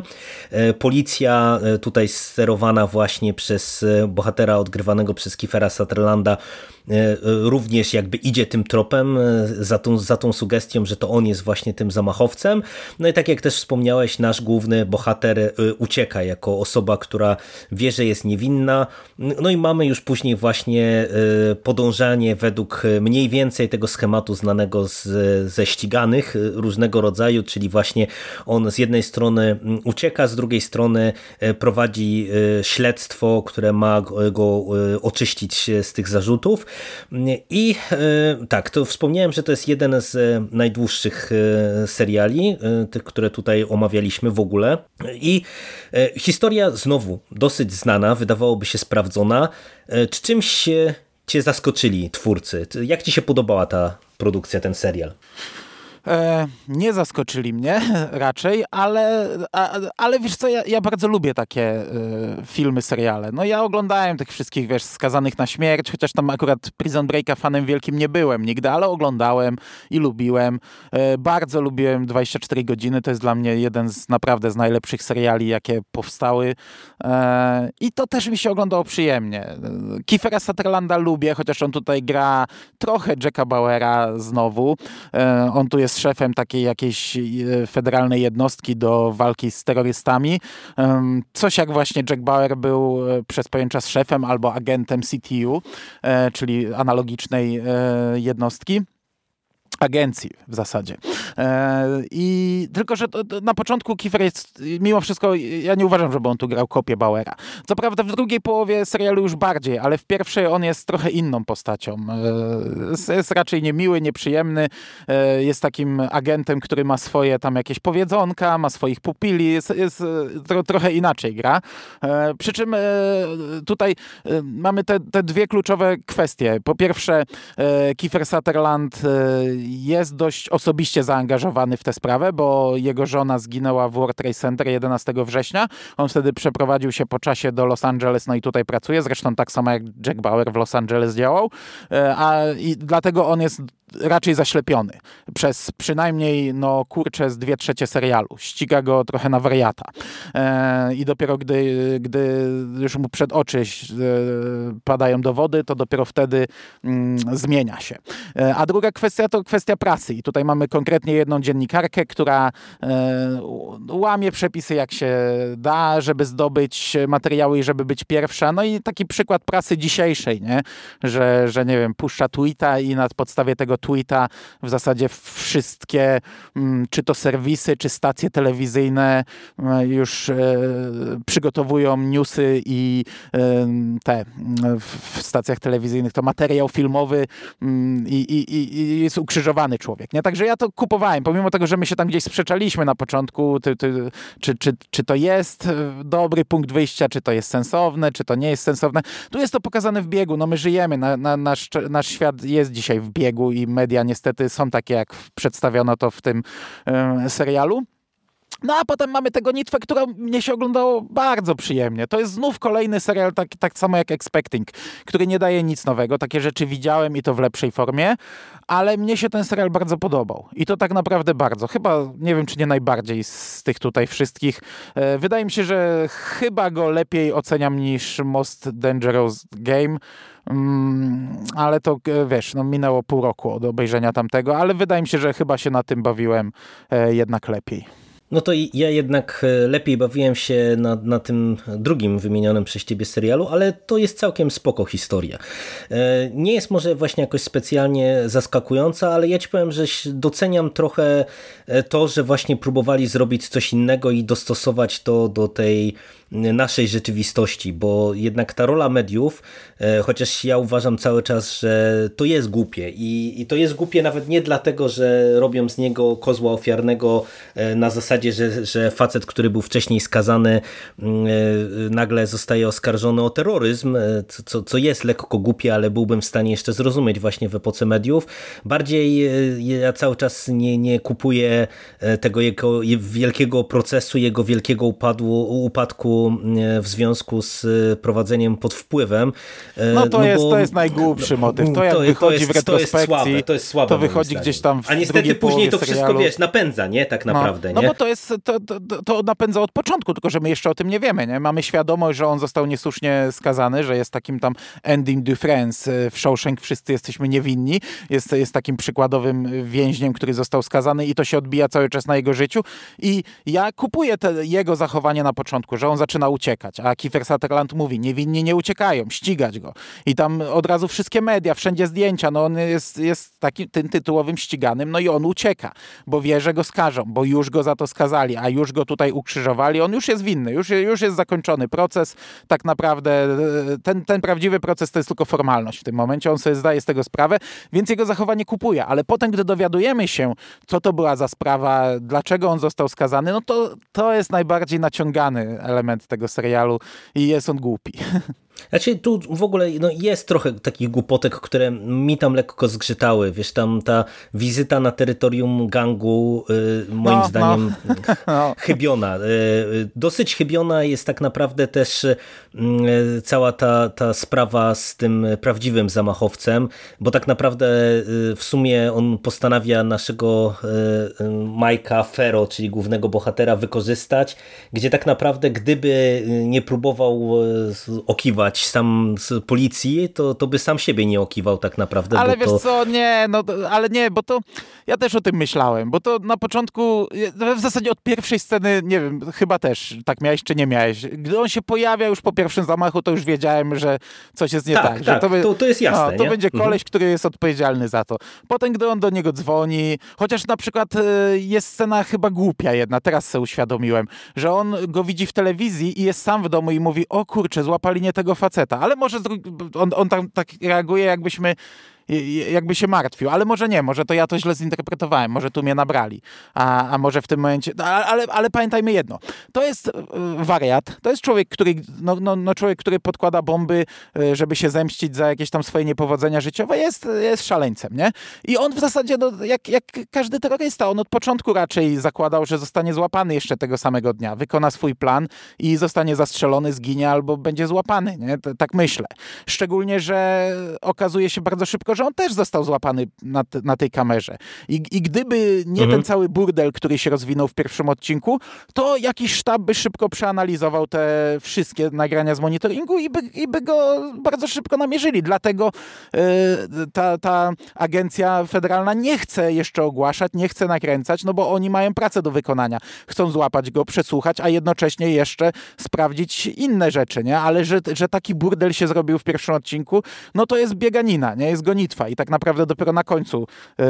Policja tutaj sterowana właśnie przez bohatera odgrywanego przez Kiefera Sutherlanda również jakby idzie tym tropem, za tą, za tą sugestią, że to on jest właśnie tym zamachowcem. No i tak jak też wspomniałeś, nasz główny bohater ucieka jako osoba, która wie, że jest niewinna. No i mamy już później właśnie podążanie według mniej więcej tego schematu znanego z, ze ściganych różnego rodzaju, czyli właśnie on z jednej strony ucieka, z drugiej strony prowadzi śledztwo, które ma go oczyścić z tych zarzutów. I tak, to wspomniałem, że to jest jeden z najdłuższych seriali, tych, które tutaj omawialiśmy w ogóle. I historia znowu dosyć znana, wydawałoby się sprawdzona. Czy czymś cię zaskoczyli twórcy? Jak ci się podobała ta produkcja, ten serial? E, nie zaskoczyli mnie raczej, ale, a, ale wiesz co, ja, ja bardzo lubię takie e, filmy, seriale. No ja oglądałem tych wszystkich, wiesz, Skazanych na śmierć, chociaż tam akurat Prison Breaka fanem wielkim nie byłem nigdy, ale oglądałem i lubiłem. E, bardzo lubiłem dwadzieścia cztery godziny, to jest dla mnie jeden z naprawdę z najlepszych seriali, jakie powstały. E, I to też mi się oglądało przyjemnie. Kiefera Sutherlanda lubię, chociaż on tutaj gra trochę Jacka Bauera znowu. E, on tu jest szefem takiej jakiejś federalnej jednostki do walki z terrorystami. Coś jak właśnie Jack Bauer był przez pewien czas szefem albo agentem C T U, czyli analogicznej jednostki. Agencji w zasadzie. E, I tylko, że to, to na początku Kiefer jest, mimo wszystko, ja nie uważam, żeby on tu grał kopię Bauera. Co prawda w drugiej połowie serialu już bardziej, ale w pierwszej on jest trochę inną postacią. E, jest, jest raczej niemiły, nieprzyjemny. E, jest takim agentem, który ma swoje tam jakieś powiedzonka, ma swoich pupili. Jest, jest tro, trochę inaczej gra. E, przy czym e, tutaj e, mamy te, te dwie kluczowe kwestie. Po pierwsze, e, Kiefer Sutherland e, jest dość osobiście zaangażowany w tę sprawę, bo jego żona zginęła w World Trade Center jedenastego września. On wtedy przeprowadził się po czasie do Los Angeles, no i tutaj pracuje. Zresztą tak samo jak Jack Bauer w Los Angeles działał. A i dlatego on jest raczej zaślepiony. Przez przynajmniej, no kurczę, z dwie trzecie serialu. Ściga go trochę na wariata. E, I dopiero gdy, gdy już mu przed oczy e, padają dowody, to dopiero wtedy mm, zmienia się. E, a druga kwestia to kwestia prasy. I tutaj mamy konkretny absolutnie jedną dziennikarkę, która e, łamie przepisy jak się da, żeby zdobyć materiały i żeby być pierwsza. No i taki przykład prasy dzisiejszej, nie? Że, że nie wiem, puszcza tweeta i na podstawie tego tweeta w zasadzie wszystkie, czy to serwisy, czy stacje telewizyjne już e, przygotowują newsy i e, te w stacjach telewizyjnych to materiał filmowy i, i, i jest ukrzyżowany człowiek. Nie? Także ja to kupowałem, pomimo tego, że my się tam gdzieś sprzeczaliśmy na początku, ty, ty, czy, czy, czy to jest dobry punkt wyjścia, czy to jest sensowne, czy to nie jest sensowne. Tu jest to pokazane w biegu. No my żyjemy, na, na, nasz, nasz świat jest dzisiaj w biegu i media niestety są takie, jak przedstawiono to w tym um, serialu. No a potem mamy tę gonitwę, która mnie się oglądało bardzo przyjemnie. To jest znów kolejny serial, tak, tak samo jak Expecting, który nie daje nic nowego. Takie rzeczy widziałem i to w lepszej formie, ale mnie się ten serial bardzo podobał. I to tak naprawdę bardzo. Chyba, nie wiem, czy nie najbardziej z tych tutaj wszystkich. Wydaje mi się, że chyba go lepiej oceniam niż Most Dangerous Game. Mm, ale to, wiesz, no minęło pół roku od obejrzenia tamtego, ale wydaje mi się, że chyba się na tym bawiłem e, jednak lepiej. No to ja jednak lepiej bawiłem się na, na tym drugim wymienionym przez ciebie serialu, ale to jest całkiem spoko historia. Nie jest może właśnie jakoś specjalnie zaskakująca, ale ja ci powiem, że doceniam trochę to, że właśnie próbowali zrobić coś innego i dostosować to do tej naszej rzeczywistości, bo jednak ta rola mediów, chociaż ja uważam cały czas, że to jest głupie i, i to jest głupie nawet nie dlatego, że robią z niego kozła ofiarnego na zasadzie, że, że facet, który był wcześniej skazany, nagle zostaje oskarżony o terroryzm, co, co jest lekko głupie, ale byłbym w stanie jeszcze zrozumieć właśnie w epoce mediów. Bardziej ja cały czas nie, nie kupuję tego jego wielkiego procesu, jego wielkiego upadłu, upadku w związku z prowadzeniem pod wpływem. No to, no jest, bo, to jest najgłupszy motyw. To jak to, wychodzi to jest, w retrospekcji, to jest słabe, to, jest słabe, to wychodzi gdzieś tam w A niestety później to wszystko, serialu. wiesz, napędza, nie? Tak naprawdę, no, nie? No bo to jest, to, to, to napędza od początku, tylko że my jeszcze o tym nie wiemy, nie? Mamy świadomość, że on został niesłusznie skazany, że jest takim tam Ending Dufresne w Shawshank, wszyscy jesteśmy niewinni, jest, jest takim przykładowym więźniem, który został skazany i to się odbija cały czas na jego życiu i ja kupuję te jego zachowanie na początku, że on zaczyna uciekać, a Kiefer Sutherland mówi, niewinni nie uciekają, ścigać go. I tam od razu wszystkie media, wszędzie zdjęcia, no on jest, jest takim tym tytułowym ściganym, no i on ucieka, bo wie, że go skażą, bo już go za to skazali, a już go tutaj ukrzyżowali, on już jest winny, już, już jest zakończony proces, tak naprawdę ten, ten prawdziwy proces to jest tylko formalność w tym momencie, on sobie zdaje z tego sprawę, więc jego zachowanie kupuje, ale potem, gdy dowiadujemy się, co to była za sprawa, dlaczego on został skazany, no to to jest najbardziej naciągany element tego serialu i jest on głupi. Znaczy tu w ogóle no, jest trochę takich głupotek, które mi tam lekko zgrzytały. Wiesz, tam ta wizyta na terytorium gangu y, moim no, zdaniem no. chybiona. Y, dosyć chybiona jest tak naprawdę też y, cała ta, ta sprawa z tym prawdziwym zamachowcem, bo tak naprawdę y, w sumie on postanawia naszego y, y, Mike'a Ferro, czyli głównego bohatera, wykorzystać, gdzie tak naprawdę gdyby nie próbował y, okiwać sam z policji, to, to by sam siebie nie okiwał tak naprawdę. Ale bo wiesz to... co, nie, no ale nie, bo to ja też o tym myślałem, bo to na początku, w zasadzie od pierwszej sceny, nie wiem, chyba też tak miałeś czy nie miałeś. Gdy on się pojawia już po pierwszym zamachu, to już wiedziałem, że coś jest nie tak. Tak, że tak, to, by, to, to jest jasne. no, to nie? będzie koleś, mhm. który jest odpowiedzialny za to. Potem, gdy on do niego dzwoni, chociaż na przykład jest scena chyba głupia jedna, teraz sobie uświadomiłem, że on go widzi w telewizji i jest sam w domu i mówi, o kurczę, złapali nie tego faceta, ale może on, on tam tak reaguje, jakbyśmy jakby się martwił, ale może nie, może to ja to źle zinterpretowałem, może tu mnie nabrali, a, a może w tym momencie, ale, ale pamiętajmy jedno, to jest wariat, to jest człowiek, który, no, no, no człowiek, który podkłada bomby, żeby się zemścić za jakieś tam swoje niepowodzenia życiowe, jest, jest szaleńcem, nie? I on w zasadzie, no, jak, jak każdy terrorysta, on od początku raczej zakładał, że zostanie złapany jeszcze tego samego dnia, wykona swój plan i zostanie zastrzelony, zginie albo będzie złapany, nie? Tak myślę. Szczególnie, że okazuje się bardzo szybko, dlatego, że on też został złapany na, te, na tej kamerze. I, i gdyby nie mhm. ten cały burdel, który się rozwinął w pierwszym odcinku, to jakiś sztab by szybko przeanalizował te wszystkie nagrania z monitoringu i by, i by go bardzo szybko namierzyli. Dlatego yy, ta, ta agencja federalna nie chce jeszcze ogłaszać, nie chce nakręcać, no bo oni mają pracę do wykonania. Chcą złapać go, przesłuchać, a jednocześnie jeszcze sprawdzić inne rzeczy, nie? Ale że, że taki burdel się zrobił w pierwszym odcinku, no to jest bieganina, nie? Jest gonitwa i tak naprawdę dopiero na końcu yy,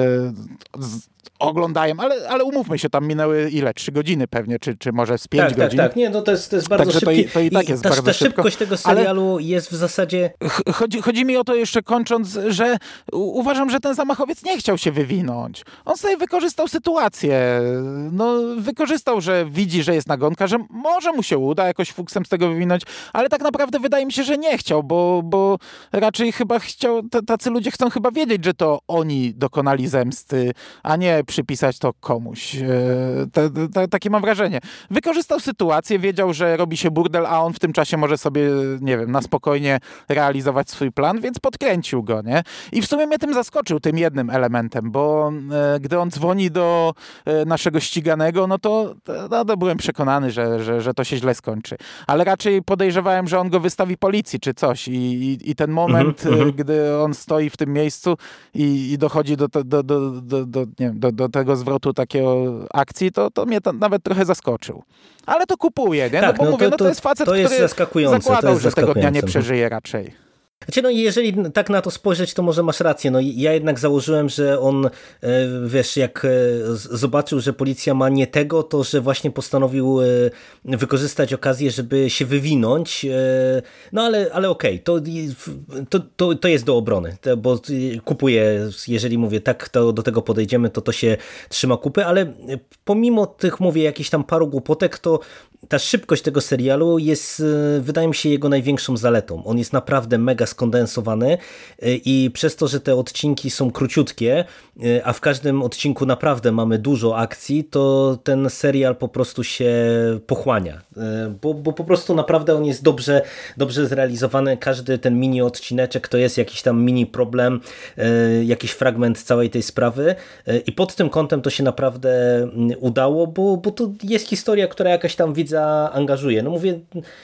z, oglądają, ale, ale umówmy się, tam minęły ile? Trzy godziny pewnie, czy, czy może z pięć tak, godzin? Tak, tak, nie, no to jest, to jest bardzo szybkie. To i, to i tak jest ta, bardzo ta szybko. szybkość tego serialu ale jest w zasadzie... Chodzi, chodzi mi o to jeszcze kończąc, że uważam, że ten zamachowiec nie chciał się wywinąć. On sobie wykorzystał sytuację. No, wykorzystał, że widzi, że jest nagonka, że może mu się uda jakoś fuksem z tego wywinąć, ale tak naprawdę wydaje mi się, że nie chciał, bo, bo raczej chyba chciał, tacy ludzie chcą chyba wiedzieć, że to oni dokonali zemsty, a nie przypisać to komuś. Te, te, takie mam wrażenie. Wykorzystał sytuację, wiedział, że robi się burdel, a on w tym czasie może sobie, nie wiem, na spokojnie realizować swój plan, więc podkręcił go, nie? I w sumie mnie tym zaskoczył, tym jednym elementem, bo e, gdy on dzwoni do e, naszego ściganego, no to, no, to byłem przekonany, że, że, że to się źle skończy. Ale raczej podejrzewałem, że on go wystawi policji czy coś i, i, i ten moment, mm-hmm. e, gdy on stoi w tym miejscu i, i dochodzi do, do, do, do, do, do, nie wiem, do, do tego zwrotu takiego akcji, to, to mnie to nawet trochę zaskoczył. Ale to kupuję, nie? Tak, no bo no mówię, to, no to jest facet, to jest który zaskakujące, zakładał, to jest że tego dnia nie przeżyje raczej. Znaczy, no jeżeli tak na to spojrzeć, to może masz rację. No ja jednak założyłem, że on, wiesz, jak zobaczył, że policja ma nie tego, to że właśnie postanowił wykorzystać okazję, żeby się wywinąć. No ale, ale okej, okay, to, to, to jest do obrony, bo kupuję, jeżeli mówię tak, to do tego podejdziemy, to to się trzyma kupy, ale pomimo tych, mówię, jakichś tam paru głupotek, to ta szybkość tego serialu jest, wydaje mi się, jego największą zaletą. On jest naprawdę mega skondensowany i przez to, że te odcinki są króciutkie, a w każdym odcinku naprawdę mamy dużo akcji, to ten serial po prostu się pochłania. Bo, bo po prostu naprawdę on jest dobrze, dobrze zrealizowany. Każdy ten mini odcineczek to jest jakiś tam mini problem, jakiś fragment całej tej sprawy i pod tym kątem to się naprawdę udało, bo, bo to jest historia, która jakaś tam widza angażuje. No mówię,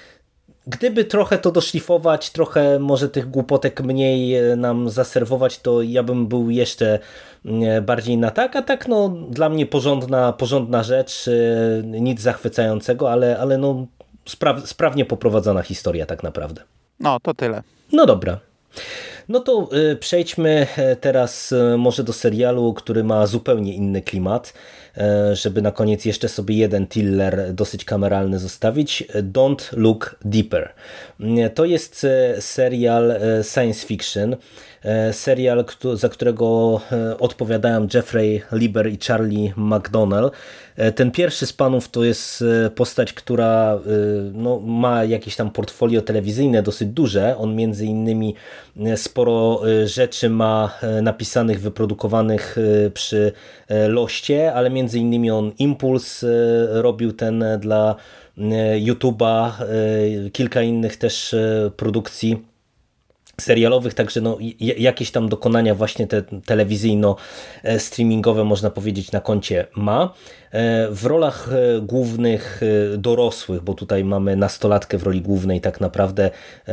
gdyby trochę to doszlifować, trochę może tych głupotek mniej nam zaserwować, to ja bym był jeszcze bardziej na tak, a tak no dla mnie porządna, porządna rzecz, nic zachwycającego, ale, ale no spra- sprawnie poprowadzona historia tak naprawdę. No, to tyle. No dobra. No to przejdźmy teraz może do serialu, który ma zupełnie inny klimat, żeby na koniec jeszcze sobie jeden thriller dosyć kameralny zostawić. Don't Look Deeper. To jest serial science fiction, serial, za którego odpowiadają Jeffrey Lieber i Charlie McDonnell. Ten pierwszy z panów to jest postać, która no, ma jakieś tam portfolio telewizyjne dosyć duże. On między innymi sporo rzeczy ma napisanych, wyprodukowanych przy Loście, ale między innymi on Impuls robił ten dla YouTube'a, kilka innych też produkcji serialowych, także no, jakieś tam dokonania właśnie te telewizyjno-streamingowe można powiedzieć na koncie ma. W rolach głównych dorosłych, bo tutaj mamy nastolatkę w roli głównej tak naprawdę,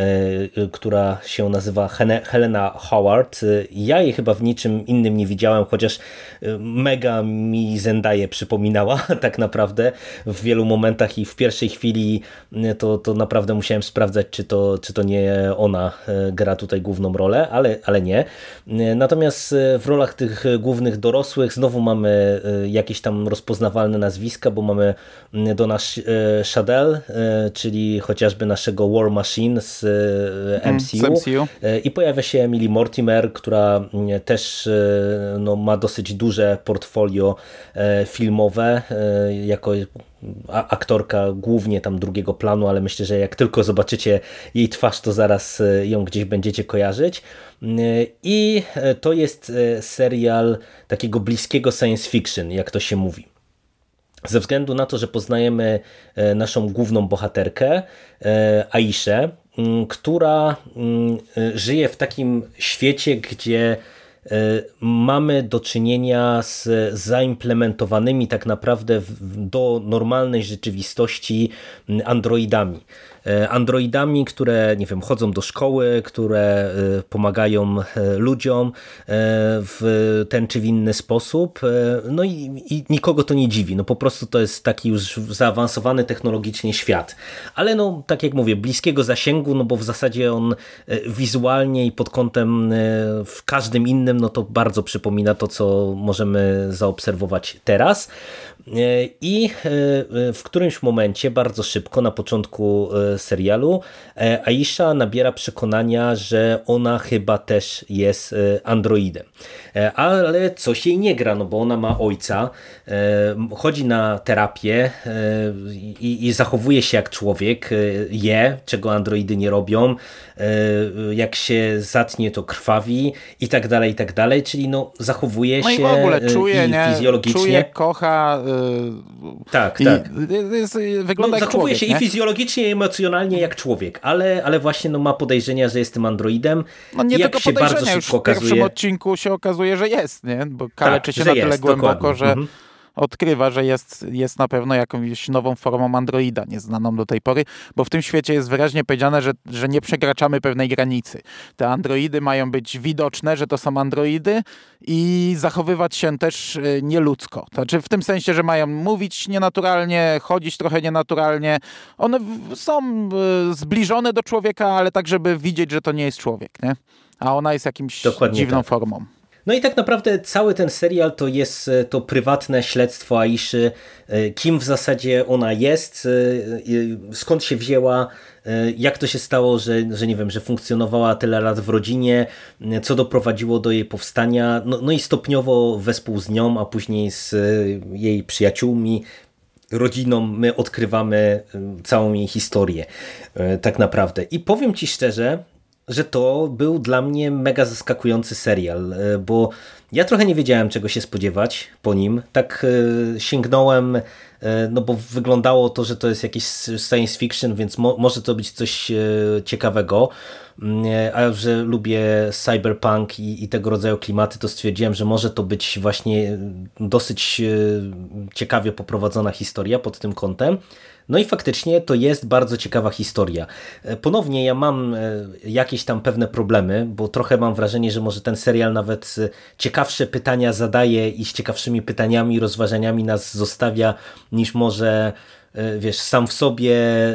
która się nazywa Helena Howard. Ja jej chyba w niczym innym nie widziałem, chociaż mega mi Zendaya przypominała tak naprawdę w wielu momentach i w pierwszej chwili to, to naprawdę musiałem sprawdzać, czy to, czy to nie ona gra tutaj główną rolę, ale, ale nie. Natomiast w rolach tych głównych dorosłych znowu mamy jakieś tam rozpoznawalne nazwiska, bo mamy Donna Shadell, czyli chociażby naszego War Machine z M C U, M C U. I pojawia się Emily Mortimer, która też no, ma dosyć duże portfolio filmowe jako aktorka głównie tam drugiego planu, ale myślę, że jak tylko zobaczycie jej twarz, to zaraz ją gdzieś będziecie kojarzyć. I to jest serial takiego bliskiego science fiction, jak to się mówi. Ze względu na to, że poznajemy naszą główną bohaterkę, Aiszę, która żyje w takim świecie, gdzie mamy do czynienia z zaimplementowanymi tak naprawdę do normalnej rzeczywistości androidami. Androidami, które, nie wiem, chodzą do szkoły, które pomagają ludziom w ten czy w inny sposób. No i, i nikogo to nie dziwi. No po prostu to jest taki już zaawansowany technologicznie świat. Ale no, tak jak mówię, bliskiego zasięgu, no bo w zasadzie on wizualnie i pod kątem w każdym innym, no to bardzo przypomina to, co możemy zaobserwować teraz. I w którymś momencie, bardzo szybko, na początku serialu, Aisha nabiera przekonania, że ona chyba też jest androidem. Ale coś jej nie gra, no bo ona ma ojca, chodzi na terapię i, i zachowuje się jak człowiek, je, czego androidy nie robią, jak się zatnie, to krwawi i tak dalej, i tak dalej, czyli no zachowuje no się i w ogóle czuje, i nie? fizjologicznie. Czuje, kocha. Yy, tak, i tak. Jest, wygląda no, jak zachowuje człowiek, się nie? i fizjologicznie, i emocjonalnie jak człowiek, ale, ale właśnie no, ma podejrzenia, że jest tym androidem. No nie I jak tylko się bardzo podejrzenia, już szybko w pierwszym okazuje... odcinku się okazuje, że jest, nie? Bo kaleczy tak, się że na tyle jest, głęboko, dokładnie. że Mhm. odkrywa, że jest, jest na pewno jakąś nową formą androida, nieznaną do tej pory, bo w tym świecie jest wyraźnie powiedziane, że, że nie przekraczamy pewnej granicy. Te androidy mają być widoczne, że to są androidy i zachowywać się też nieludzko. Znaczy w tym sensie, że mają mówić nienaturalnie, chodzić trochę nienaturalnie. One są zbliżone do człowieka, ale tak, żeby widzieć, że to nie jest człowiek, nie? A ona jest jakimś Dokładnie dziwną tak. formą. No i tak naprawdę cały ten serial to jest to prywatne śledztwo Aiszy, kim w zasadzie ona jest, skąd się wzięła, jak to się stało, że, że nie wiem, że funkcjonowała tyle lat w rodzinie, co doprowadziło do jej powstania, no, no i stopniowo wespół z nią, a później z jej przyjaciółmi, rodziną, my odkrywamy całą jej historię tak naprawdę. I powiem ci szczerze, że to był dla mnie mega zaskakujący serial, bo ja trochę nie wiedziałem, czego się spodziewać po nim. Tak sięgnąłem, no bo wyglądało to, że to jest jakiś science fiction, więc mo może to być coś ciekawego. A że lubię cyberpunk i, i tego rodzaju klimaty, to stwierdziłem, że może to być właśnie dosyć ciekawie poprowadzona historia pod tym kątem. No i faktycznie to jest bardzo ciekawa historia. Ponownie ja mam jakieś tam pewne problemy, bo trochę mam wrażenie, że może ten serial nawet ciekawsze pytania zadaje i z ciekawszymi pytaniami i rozważaniami nas zostawia, niż może, wiesz, sam w sobie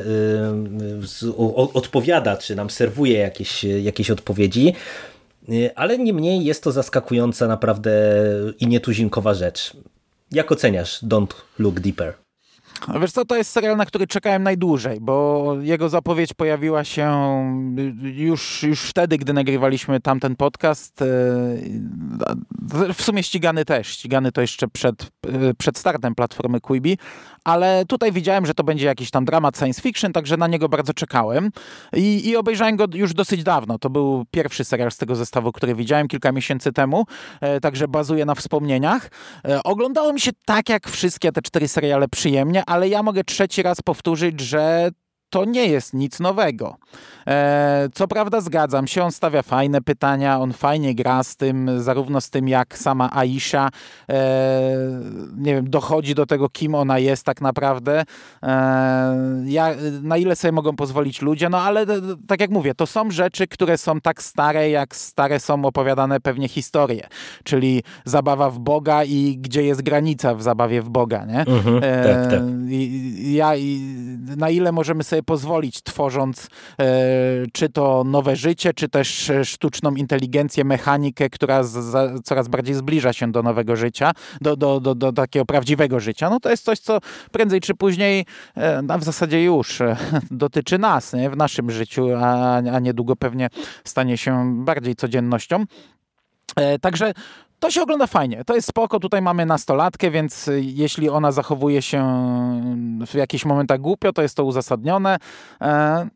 odpowiada, czy nam serwuje jakieś, jakieś odpowiedzi. Ale niemniej jest to zaskakująca naprawdę i nietuzinkowa rzecz. Jak oceniasz Don't Look Deeper? Wiesz co, to jest serial, na który czekałem najdłużej, bo jego zapowiedź pojawiła się już, już wtedy, gdy nagrywaliśmy tamten podcast. W sumie ścigany też. Ścigany to jeszcze przed, przed startem platformy Quibi, ale tutaj widziałem, że to będzie jakiś tam dramat science fiction, także na niego bardzo czekałem i, i obejrzałem go już dosyć dawno. To był pierwszy serial z tego zestawu, który widziałem kilka miesięcy temu, także bazuje na wspomnieniach. Oglądało mi się tak jak wszystkie te cztery seriale przyjemnie, ale ja mogę trzeci raz powtórzyć, że to nie jest nic nowego. E, co prawda zgadzam się, on stawia fajne pytania, on fajnie gra z tym, zarówno z tym jak sama Aisha, e, nie wiem, dochodzi do tego, kim ona jest tak naprawdę, e, ja, na ile sobie mogą pozwolić ludzie, no ale tak jak mówię, to są rzeczy, które są tak stare, jak stare są opowiadane pewnie historie, czyli zabawa w Boga i gdzie jest granica w zabawie w Boga, nie? Mhm, e, tak, tak. I, ja, i na ile możemy sobie pozwolić, tworząc e, czy to nowe życie, czy też sztuczną inteligencję, mechanikę, która z, za, coraz bardziej zbliża się do nowego życia, do, do, do, do takiego prawdziwego życia. No to jest coś, co prędzej czy później, a w zasadzie już dotyczy nas, nie? W naszym życiu, a, a niedługo pewnie stanie się bardziej codziennością. E, także to się ogląda fajnie, to jest spoko, tutaj mamy nastolatkę, więc jeśli ona zachowuje się w jakichś momentach głupio, to jest to uzasadnione.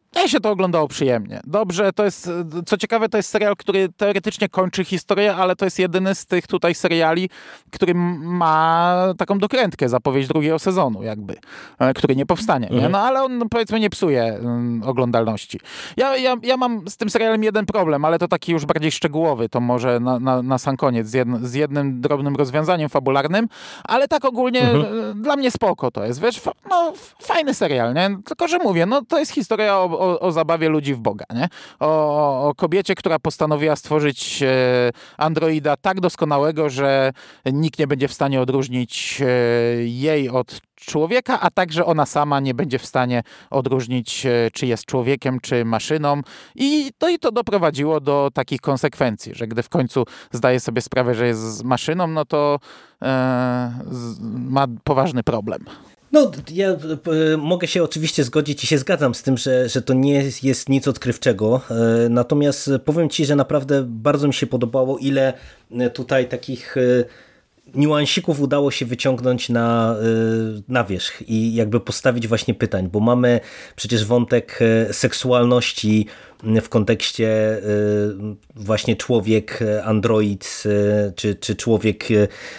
Mnie się to oglądało przyjemnie. Dobrze, to jest, co ciekawe, to jest serial, który teoretycznie kończy historię, ale to jest jedyny z tych tutaj seriali, który ma taką dokrętkę, zapowiedź drugiego sezonu jakby, który nie powstanie. Mhm. Nie? No ale on, powiedzmy, nie psuje um, oglądalności. Ja, ja, ja mam z tym serialem jeden problem, ale to taki już bardziej szczegółowy, to może na, na, na sam koniec, z, jedno, z jednym drobnym rozwiązaniem fabularnym, ale tak ogólnie mhm. dla mnie spoko to jest, wiesz, fa, no fajny serial, nie? Tylko że mówię, no to jest historia o, o, o zabawie ludzi w Boga, nie? O, o kobiecie, która postanowiła stworzyć e, androida tak doskonałego, że nikt nie będzie w stanie odróżnić e, jej od człowieka, a także ona sama nie będzie w stanie odróżnić, e, czy jest człowiekiem, czy maszyną. I to, i to doprowadziło do takich konsekwencji, że gdy w końcu zdaje sobie sprawę, że jest maszyną, no to e, z, ma poważny problem. No, ja y, mogę się oczywiście zgodzić i się zgadzam z tym, że, że to nie jest, jest nic odkrywczego, y, natomiast powiem Ci, że naprawdę bardzo mi się podobało, ile tutaj takich y, niuansików udało się wyciągnąć na, y, na wierzch i jakby postawić właśnie pytań, bo mamy przecież wątek seksualności w kontekście właśnie człowiek, android, czy, czy człowiek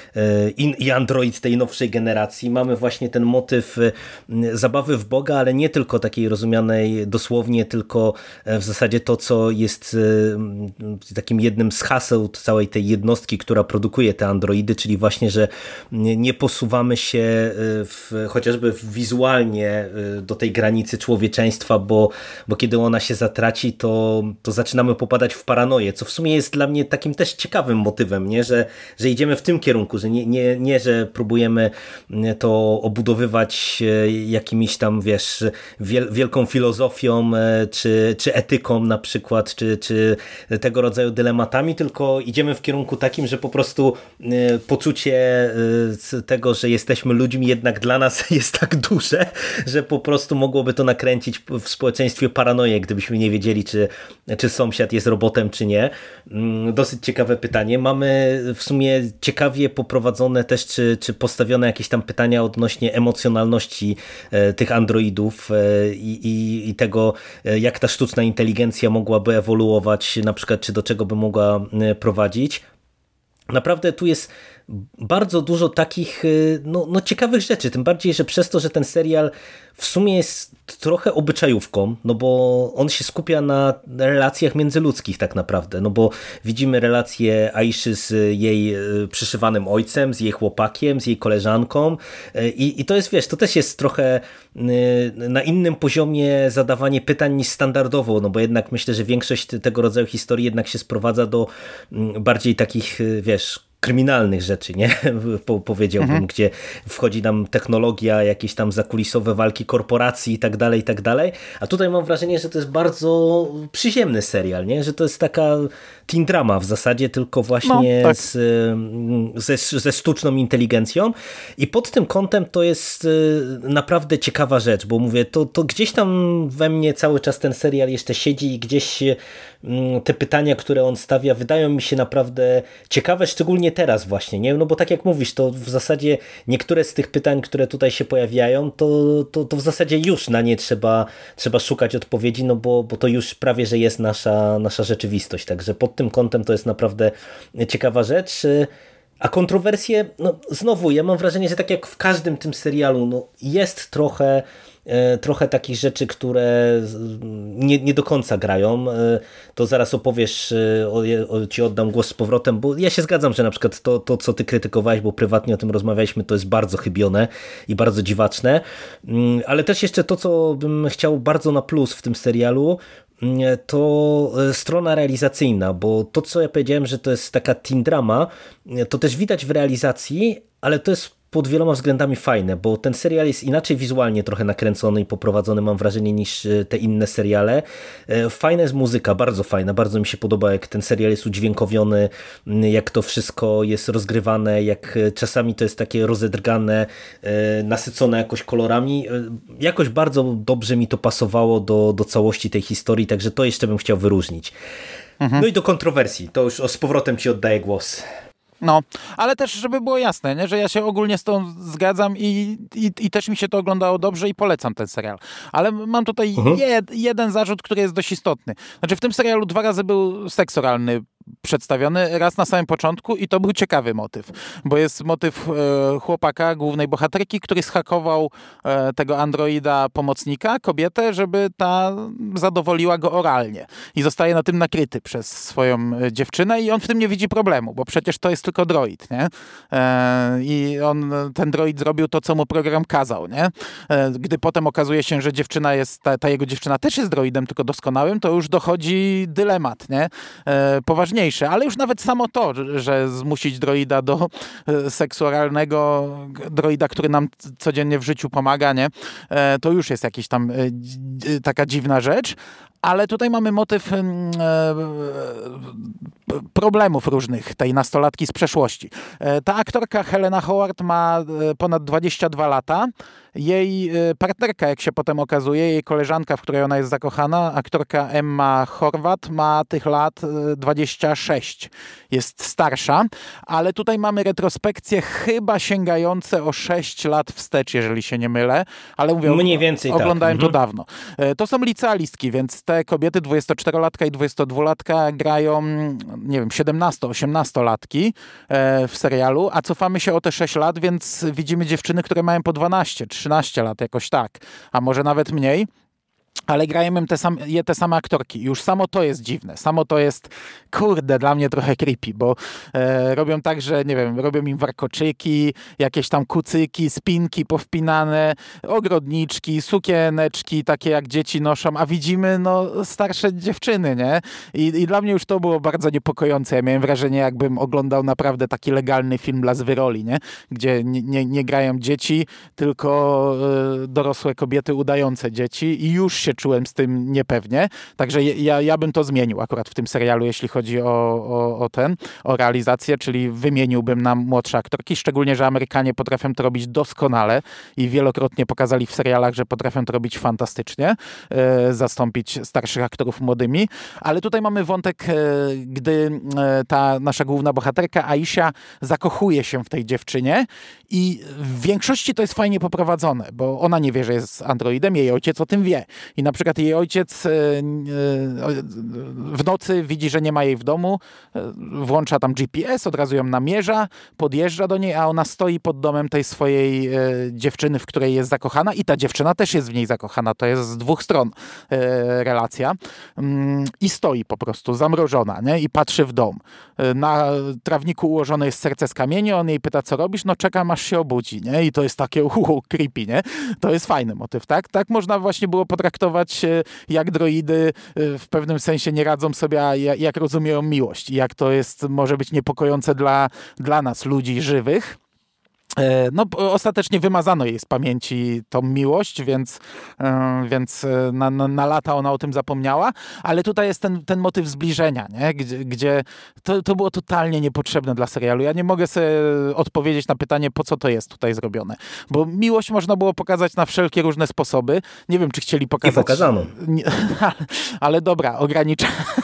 i android tej nowszej generacji. Mamy właśnie ten motyw zabawy w Boga, ale nie tylko takiej rozumianej dosłownie, tylko w zasadzie to, co jest takim jednym z haseł całej tej jednostki, która produkuje te androidy, czyli właśnie, że nie posuwamy się w, chociażby wizualnie do tej granicy człowieczeństwa, bo, bo kiedy ona się zatraci, To, to zaczynamy popadać w paranoję, co w sumie jest dla mnie takim też ciekawym motywem, nie? Że, że idziemy w tym kierunku, że nie, nie, nie, że próbujemy to obudowywać jakimiś tam, wiesz, wiel, wielką filozofią, czy, czy etyką na przykład, czy, czy tego rodzaju dylematami, tylko idziemy w kierunku takim, że po prostu poczucie tego, że jesteśmy ludźmi, jednak dla nas jest tak duże, że po prostu mogłoby to nakręcić w społeczeństwie paranoję, gdybyśmy nie wiedzieli, czy, czy sąsiad jest robotem, czy nie. Dosyć ciekawe pytanie. Mamy w sumie ciekawie poprowadzone też, czy, czy postawione jakieś tam pytania odnośnie emocjonalności tych androidów i, i, i tego, jak ta sztuczna inteligencja mogłaby ewoluować, na przykład, czy do czego by mogła prowadzić. Naprawdę tu jest bardzo dużo takich no, no ciekawych rzeczy, tym bardziej, że przez to, że ten serial w sumie jest trochę obyczajówką, no bo on się skupia na relacjach międzyludzkich tak naprawdę, no bo widzimy relacje Aiszy z jej przyszywanym ojcem, z jej chłopakiem, z jej koleżanką i, i to jest, wiesz, to też jest trochę na innym poziomie zadawanie pytań niż standardowo, no bo jednak myślę, że większość tego rodzaju historii jednak się sprowadza do bardziej takich, wiesz, kryminalnych rzeczy, nie? Po, powiedziałbym, mhm. gdzie wchodzi nam technologia, jakieś tam zakulisowe walki korporacji i tak dalej, i tak dalej. A tutaj mam wrażenie, że to jest bardzo przyziemny serial, nie? Że to jest taka teen drama w zasadzie, tylko właśnie no, tak. z, ze, ze sztuczną inteligencją. I pod tym kątem to jest naprawdę ciekawa rzecz, bo mówię, to, to gdzieś tam we mnie cały czas ten serial jeszcze siedzi i gdzieś te pytania, które on stawia, wydają mi się naprawdę ciekawe, szczególnie teraz właśnie, nie? No bo tak jak mówisz, to w zasadzie niektóre z tych pytań, które tutaj się pojawiają, to, to, to w zasadzie już na nie trzeba, trzeba szukać odpowiedzi, no bo, bo to już prawie, że jest nasza, nasza rzeczywistość, także pod tym kątem to jest naprawdę ciekawa rzecz. A kontrowersje, no znowu, ja mam wrażenie, że tak jak w każdym tym serialu, no jest trochę trochę takich rzeczy, które nie, nie do końca grają. To zaraz opowiesz, o, o, ci oddam głos z powrotem, bo ja się zgadzam, że na przykład to, to, co ty krytykowałeś, bo prywatnie o tym rozmawialiśmy, to jest bardzo chybione i bardzo dziwaczne, ale też jeszcze to, co bym chciał bardzo na plus w tym serialu, to strona realizacyjna, bo to, co ja powiedziałem, że to jest taka teen drama, to też widać w realizacji, ale to jest pod wieloma względami fajne, bo ten serial jest inaczej wizualnie trochę nakręcony i poprowadzony, mam wrażenie, niż te inne seriale. Fajna jest muzyka, bardzo fajna, bardzo mi się podoba, jak ten serial jest udźwiękowiony, jak to wszystko jest rozgrywane, jak czasami to jest takie rozedrgane, nasycone jakoś kolorami. Jakoś bardzo dobrze mi to pasowało do, do całości tej historii, także to jeszcze bym chciał wyróżnić. Mhm. No i do kontrowersji, to już z powrotem ci oddaję głos. No, ale też, żeby było jasne, nie? Że ja się ogólnie z tą zgadzam i, i, i też mi się to oglądało dobrze i polecam ten serial. Ale mam tutaj Mhm. jed, jeden zarzut, który jest dość istotny. Znaczy w tym serialu dwa razy był seks oralny przedstawiony, raz na samym początku i to był ciekawy motyw, bo jest motyw e, chłopaka, głównej bohaterki, który zhakował e, tego androida pomocnika, kobietę, żeby ta zadowoliła go oralnie i zostaje na tym nakryty przez swoją e, dziewczynę i on w tym nie widzi problemu, bo przecież to jest tylko droid, nie? E, I on, ten droid zrobił to, co mu program kazał, nie? E, gdy potem okazuje się, że dziewczyna jest, ta, ta jego dziewczyna też jest droidem, tylko doskonałym, to już dochodzi dylemat, nie? E, poważnie ale już nawet samo to, że zmusić droida do seksu oralnego, droida, który nam codziennie w życiu pomaga, nie? To już jest jakaś tam taka dziwna rzecz. Ale tutaj mamy motyw e, problemów różnych tej nastolatki z przeszłości. E, ta aktorka Helena Howard ma ponad dwadzieścia dwa lata. Jej partnerka, jak się potem okazuje, jej koleżanka, w której ona jest zakochana, aktorka Emma Horvath, ma tych lat dwadzieścia sześć. Jest starsza, ale tutaj mamy retrospekcje chyba sięgające o sześć lat wstecz, jeżeli się nie mylę. Ale mówię, mniej więcej oglądałem tak. to Mhm. dawno. E, to są licealistki, więc te kobiety dwudziestoczterolatka i dwudziestodwulatka grają, nie wiem, siedemnasto-osiemnastolatki w serialu, a cofamy się o te sześć lat, więc widzimy dziewczyny, które mają po dwanaście, trzynaście lat, jakoś tak, a może nawet mniej. Ale grają im te, sam, je te same aktorki. Już samo to jest dziwne. Samo to jest, kurde, dla mnie trochę creepy, bo e, robią tak, że, nie wiem, robią im warkoczyki, jakieś tam kucyki, spinki powpinane, ogrodniczki, sukieneczki, takie jak dzieci noszą, a widzimy, no, starsze dziewczyny, nie? I, i dla mnie już to było bardzo niepokojące. Ja miałem wrażenie, jakbym oglądał naprawdę taki legalny film dla zwyroli, nie? Gdzie nie, nie, nie grają dzieci, tylko e, dorosłe kobiety udające dzieci i już się czułem z tym niepewnie, także ja, ja bym to zmienił akurat w tym serialu, jeśli chodzi o, o, o ten, o realizację, czyli wymieniłbym na młodsze aktorki, szczególnie, że Amerykanie potrafią to robić doskonale i wielokrotnie pokazali w serialach, że potrafią to robić fantastycznie, e, zastąpić starszych aktorów młodymi, ale tutaj mamy wątek, e, gdy e, ta nasza główna bohaterka Aisha zakochuje się w tej dziewczynie i w większości to jest fajnie poprowadzone, bo ona nie wie, że jest androidem, jej ojciec o tym wie. I na przykład jej ojciec w nocy widzi, że nie ma jej w domu, włącza tam G P S, od razu ją namierza, podjeżdża do niej, a ona stoi pod domem tej swojej dziewczyny, w której jest zakochana i ta dziewczyna też jest w niej zakochana. To jest z dwóch stron relacja. I stoi po prostu zamrożona, nie? I patrzy w dom. Na trawniku ułożone jest serce z kamieni, on jej pyta, co robisz? No czekam, aż się obudzi, nie? I to jest takie uhu, creepy, nie? To jest fajny motyw, tak? Tak można właśnie było potraktować, jak droidy w pewnym sensie nie radzą sobie, a jak rozumieją miłość i jak to jest, może być niepokojące dla, dla nas, ludzi żywych. No, ostatecznie wymazano jej z pamięci tą miłość, więc, więc na, na, na lata ona o tym zapomniała, ale tutaj jest ten, ten motyw zbliżenia, nie? Gdzie, gdzie to, to było totalnie niepotrzebne dla serialu. Ja nie mogę sobie odpowiedzieć na pytanie, po co to jest tutaj zrobione, bo miłość można było pokazać na wszelkie różne sposoby. Nie wiem, czy chcieli pokazać... I pokazano. Nie, ale, ale dobra, ogranicza.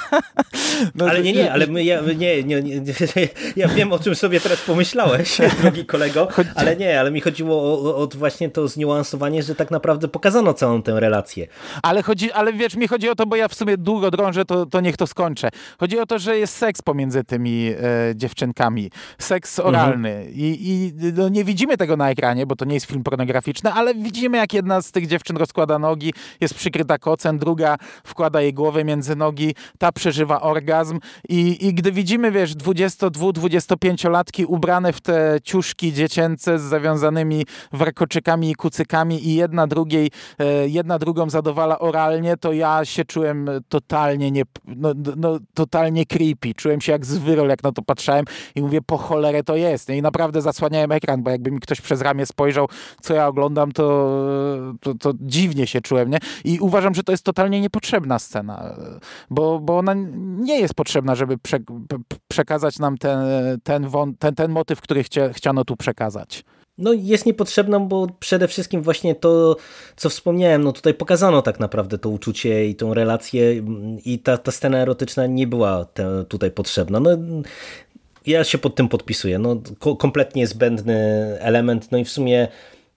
No, ale nie, nie, ale my, ja, nie, nie, nie, ja wiem, o czym sobie teraz pomyślałeś, drogi kolego, ale nie, ale mi chodziło o, o właśnie to zniuansowanie, że tak naprawdę pokazano całą tę relację. Ale chodzi, ale wiesz, mi chodzi o to, bo ja w sumie długo drążę, to, to niech to skończę. Chodzi o to, że jest seks pomiędzy tymi e, dziewczynkami. Seks oralny. Mhm. I, i no, nie widzimy tego na ekranie, bo to nie jest film pornograficzny, ale widzimy, jak jedna z tych dziewczyn rozkłada nogi, jest przykryta kocem, druga wkłada jej głowę między nogi, ta przeżywa orgazm i, i gdy widzimy, wiesz, dwudziesto dwu dwudziestopięciolatki ubrane w te ciuszki dziecięce z zawiązanymi warkoczykami i kucykami i jedna drugiej, e, jedna drugą zadowala oralnie, to ja się czułem totalnie nie, no, no, totalnie creepy. Czułem się jak zwyrol, jak na to patrzałem i mówię, po cholerę to jest. Nie? I naprawdę zasłaniałem ekran, bo jakby mi ktoś przez ramię spojrzał, co ja oglądam, to, to, to dziwnie się czułem. Nie? I uważam, że to jest totalnie niepotrzebna scena, bo, bo ona nie jest potrzebna, żeby prze, przekazać nam ten, ten, ten, ten motyw, który chcia, chciano tu przekazać. No jest niepotrzebna, bo przede wszystkim właśnie to, co wspomniałem, no tutaj pokazano tak naprawdę to uczucie i tą relację i ta, ta scena erotyczna nie była te, tutaj potrzebna. No Ja się pod tym podpisuję. No, kompletnie zbędny element, no i w sumie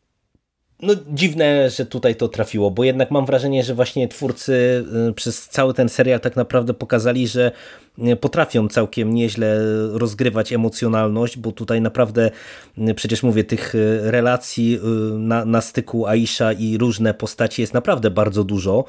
no dziwne, że tutaj to trafiło, bo jednak mam wrażenie, że właśnie twórcy przez cały ten serial tak naprawdę pokazali, że potrafią całkiem nieźle rozgrywać emocjonalność, bo tutaj naprawdę przecież mówię, tych relacji na, na styku Aisha i różne postaci jest naprawdę bardzo dużo.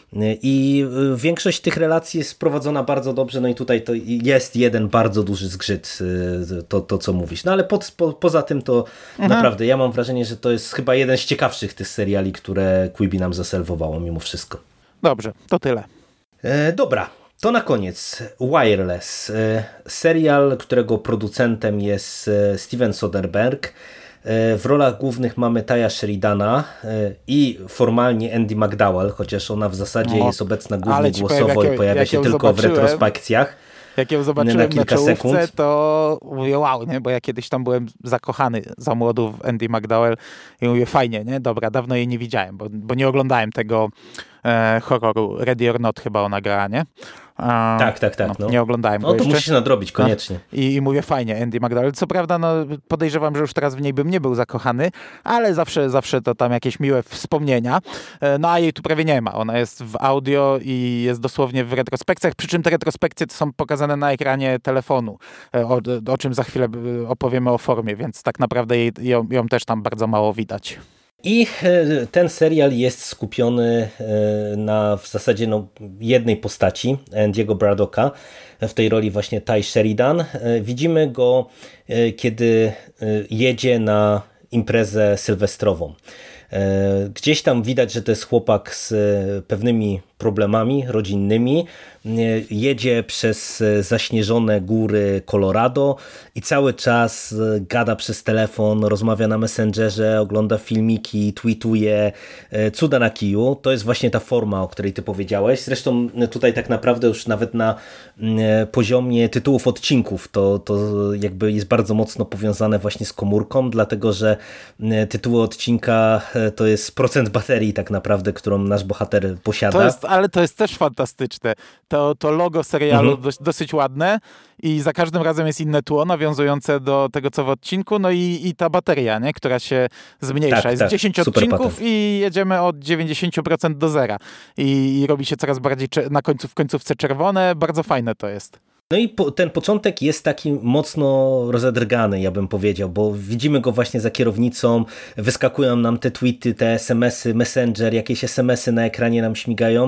I większość tych relacji jest prowadzona bardzo dobrze, no i tutaj to jest jeden bardzo duży zgrzyt, to, to co mówisz. No ale po, po, poza tym to mhm. naprawdę ja mam wrażenie, że to jest chyba jeden z ciekawszych tych seriali, które Quibi nam zaserwowało mimo wszystko. Dobrze, to tyle. E, dobra, to na koniec Wireless, e, serial, którego producentem jest Steven Soderbergh. W rolach głównych mamy Taya Sheridana i formalnie Andie McDowell, chociaż ona w zasadzie no, jest obecna głównie głosowo powiem, i pojawia jak się tylko w retrospekcjach. Jak ją zobaczyłem na, kilka na czołówce, sekund. To mówię wow, nie? Bo ja kiedyś tam byłem zakochany za młodu w Andie McDowell i mówię fajnie, nie? Dobra, dawno jej nie widziałem, bo, bo nie oglądałem tego e, horroru. Ready or Not chyba ona grała, nie? A, tak, tak, tak. No, no. Nie oglądałem no, go to jeszcze. musisz nadrobić, koniecznie. No. I, I mówię fajnie, Andie McDowell. Co prawda, no, podejrzewam, że już teraz w niej bym nie był zakochany, ale zawsze, zawsze to tam jakieś miłe wspomnienia. No a jej tu prawie nie ma. Ona jest w audio i jest dosłownie w retrospekcjach, przy czym te retrospekcje to są pokazane na ekranie telefonu, o, o czym za chwilę opowiemy o formie, więc tak naprawdę jej, ją, ją też tam bardzo mało widać. I ten serial jest skupiony na w zasadzie no, jednej postaci, Andiego Braddocka, w tej roli właśnie Ty Sheridan. Widzimy go, kiedy jedzie na imprezę sylwestrową. Gdzieś tam widać, że to jest chłopak z pewnymi problemami rodzinnymi, jedzie przez zaśnieżone góry Colorado i cały czas gada przez telefon, rozmawia na Messengerze, ogląda filmiki, tweetuje, cuda na kiju. To jest właśnie ta forma, o której ty powiedziałeś. Zresztą tutaj tak naprawdę już nawet na poziomie tytułów odcinków to, to jakby jest bardzo mocno powiązane właśnie z komórką, dlatego że tytuły odcinka to jest procent baterii tak naprawdę, którą nasz bohater posiada. To jest, ale to jest też fantastyczne. To, to logo serialu mhm. dosyć, dosyć ładne i za każdym razem jest inne tło nawiązujące do tego, co w odcinku, no i, i ta bateria, nie? Która się zmniejsza. Tak, jest tak, dziesięć odcinków patent. I jedziemy od dziewięćdziesiąt procent do zera. I, i robi się coraz bardziej na końcu, w końcówce czerwone. Bardzo fajne to jest. No i po, ten początek jest taki mocno rozedrgany, ja bym powiedział, bo widzimy go właśnie za kierownicą, wyskakują nam te tweety, te es em esy, Messenger, jakieś es em esy na ekranie nam śmigają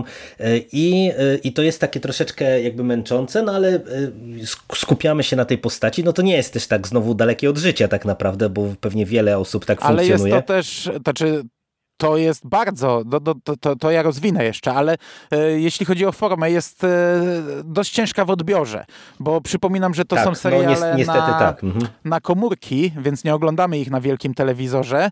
i, i to jest takie troszeczkę jakby męczące, no ale skupiamy się na tej postaci, no to nie jest też tak znowu dalekie od życia tak naprawdę, bo pewnie wiele osób tak ale funkcjonuje. Ale jest to też, to znaczy to jest bardzo, to, to, to, to ja rozwinę jeszcze, ale e, jeśli chodzi o formę, jest e, dość ciężka w odbiorze, bo przypominam, że to tak, są seriale no, niestety, na, tak. mhm. na komórki, więc nie oglądamy ich na wielkim telewizorze,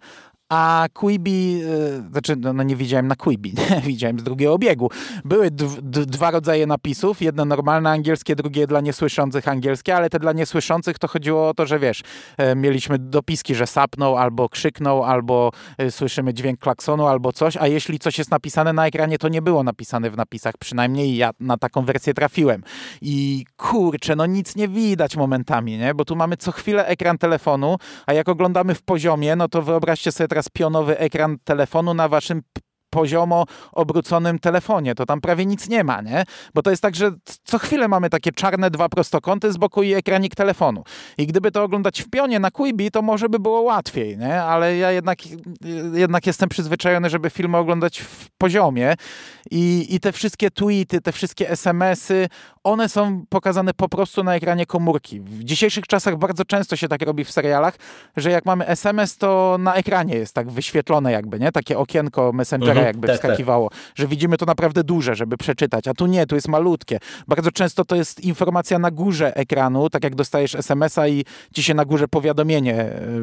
a Quibi, yy, znaczy no, no nie widziałem na Quibi, nie? Widziałem z drugiego obiegu. Były d- d- dwa rodzaje napisów, jedno normalne angielskie, drugie dla niesłyszących angielskie, ale te dla niesłyszących to chodziło o to, że wiesz, yy, mieliśmy dopiski, że sapnął, albo krzyknął, albo yy, słyszymy dźwięk klaksonu, albo coś, a jeśli coś jest napisane na ekranie, to nie było napisane w napisach, przynajmniej ja na taką wersję trafiłem. I kurczę, no nic nie widać momentami, nie? Bo tu mamy co chwilę ekran telefonu, a jak oglądamy w poziomie, no to wyobraźcie sobie teraz pionowy ekran telefonu na waszym p- poziomo obróconym telefonie. To tam prawie nic nie ma, nie? Bo to jest tak, że co chwilę mamy takie czarne dwa prostokąty z boku i ekranik telefonu. I gdyby to oglądać w pionie na Quibi, to może by było łatwiej, nie? Ale ja jednak, jednak jestem przyzwyczajony, żeby filmy oglądać w poziomie i, i te wszystkie tweety, te wszystkie es em esy, one są pokazane po prostu na ekranie komórki. W dzisiejszych czasach bardzo często się tak robi w serialach, że jak mamy es em es, to na ekranie jest tak wyświetlone jakby, nie? Takie okienko Messengera mhm, jakby tak, wskakiwało, tak. Że widzimy to naprawdę duże, żeby przeczytać, a tu nie, tu jest malutkie. Bardzo często to jest informacja na górze ekranu, tak jak dostajesz es em esa i ci się na górze powiadomienie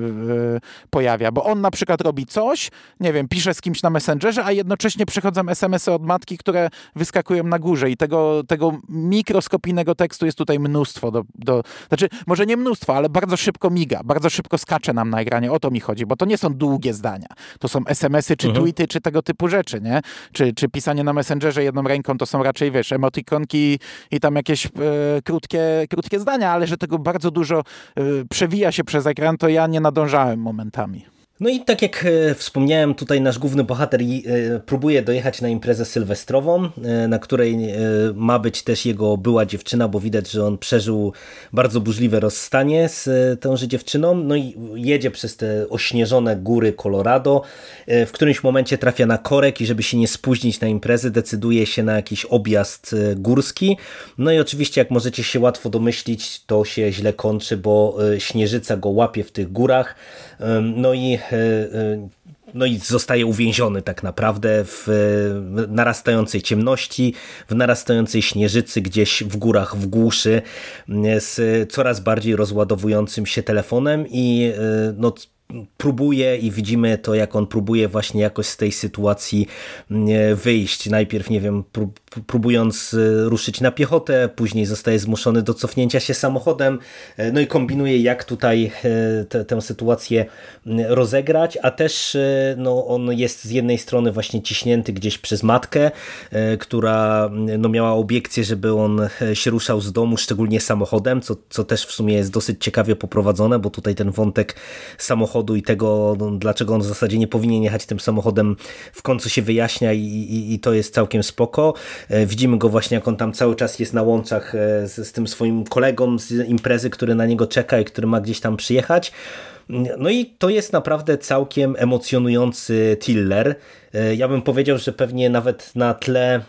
yy, pojawia, bo on na przykład robi coś, nie wiem, pisze z kimś na Messengerze, a jednocześnie przychodzą es em esy od matki, które wyskakują na górze i tego, tego mikroskopijnego tekstu jest tutaj mnóstwo. Do, do, znaczy, może nie mnóstwo, ale bardzo szybko miga, bardzo szybko skacze nam na ekranie. O to mi chodzi, bo to nie są długie zdania. To są es em esy, czy mhm. tweety, czy tego typu typu rzeczy, nie? Czy, czy pisanie na Messengerze jedną ręką to są raczej, wiesz, emotikonki i tam jakieś e, krótkie, krótkie zdania, ale że tego bardzo dużo e, przewija się przez ekran, to ja nie nadążałem momentami. No i tak jak wspomniałem, tutaj nasz główny bohater próbuje dojechać na imprezę sylwestrową, na której ma być też jego była dziewczyna, bo widać, że on przeżył bardzo burzliwe rozstanie z tąże dziewczyną. No i jedzie przez te ośnieżone góry Colorado. W którymś momencie trafia na korek i żeby się nie spóźnić na imprezę, decyduje się na jakiś objazd górski. No i oczywiście, jak możecie się łatwo domyślić, to się źle kończy, bo śnieżyca go łapie w tych górach. No i No i zostaje uwięziony tak naprawdę w narastającej ciemności, w narastającej śnieżycy gdzieś w górach, w głuszy, z coraz bardziej rozładowującym się telefonem i no próbuje i widzimy to, jak on próbuje właśnie jakoś z tej sytuacji wyjść. Najpierw, nie wiem, próbując ruszyć na piechotę, później zostaje zmuszony do cofnięcia się samochodem, no i kombinuje, jak tutaj te, tę sytuację rozegrać, a też no, on jest z jednej strony właśnie ciśnięty gdzieś przez matkę, która no, miała obiekcję, żeby on się ruszał z domu, szczególnie samochodem, co, co też w sumie jest dosyć ciekawie poprowadzone, bo tutaj ten wątek samochodu i tego, no, dlaczego on w zasadzie nie powinien jechać tym samochodem, w końcu się wyjaśnia i, i, i to jest całkiem spoko. Widzimy go właśnie, jak on tam cały czas jest na łączach z, z tym swoim kolegą z imprezy, który na niego czeka i który ma gdzieś tam przyjechać. No i to jest naprawdę całkiem emocjonujący thriller. Ja bym powiedział, że pewnie nawet na tle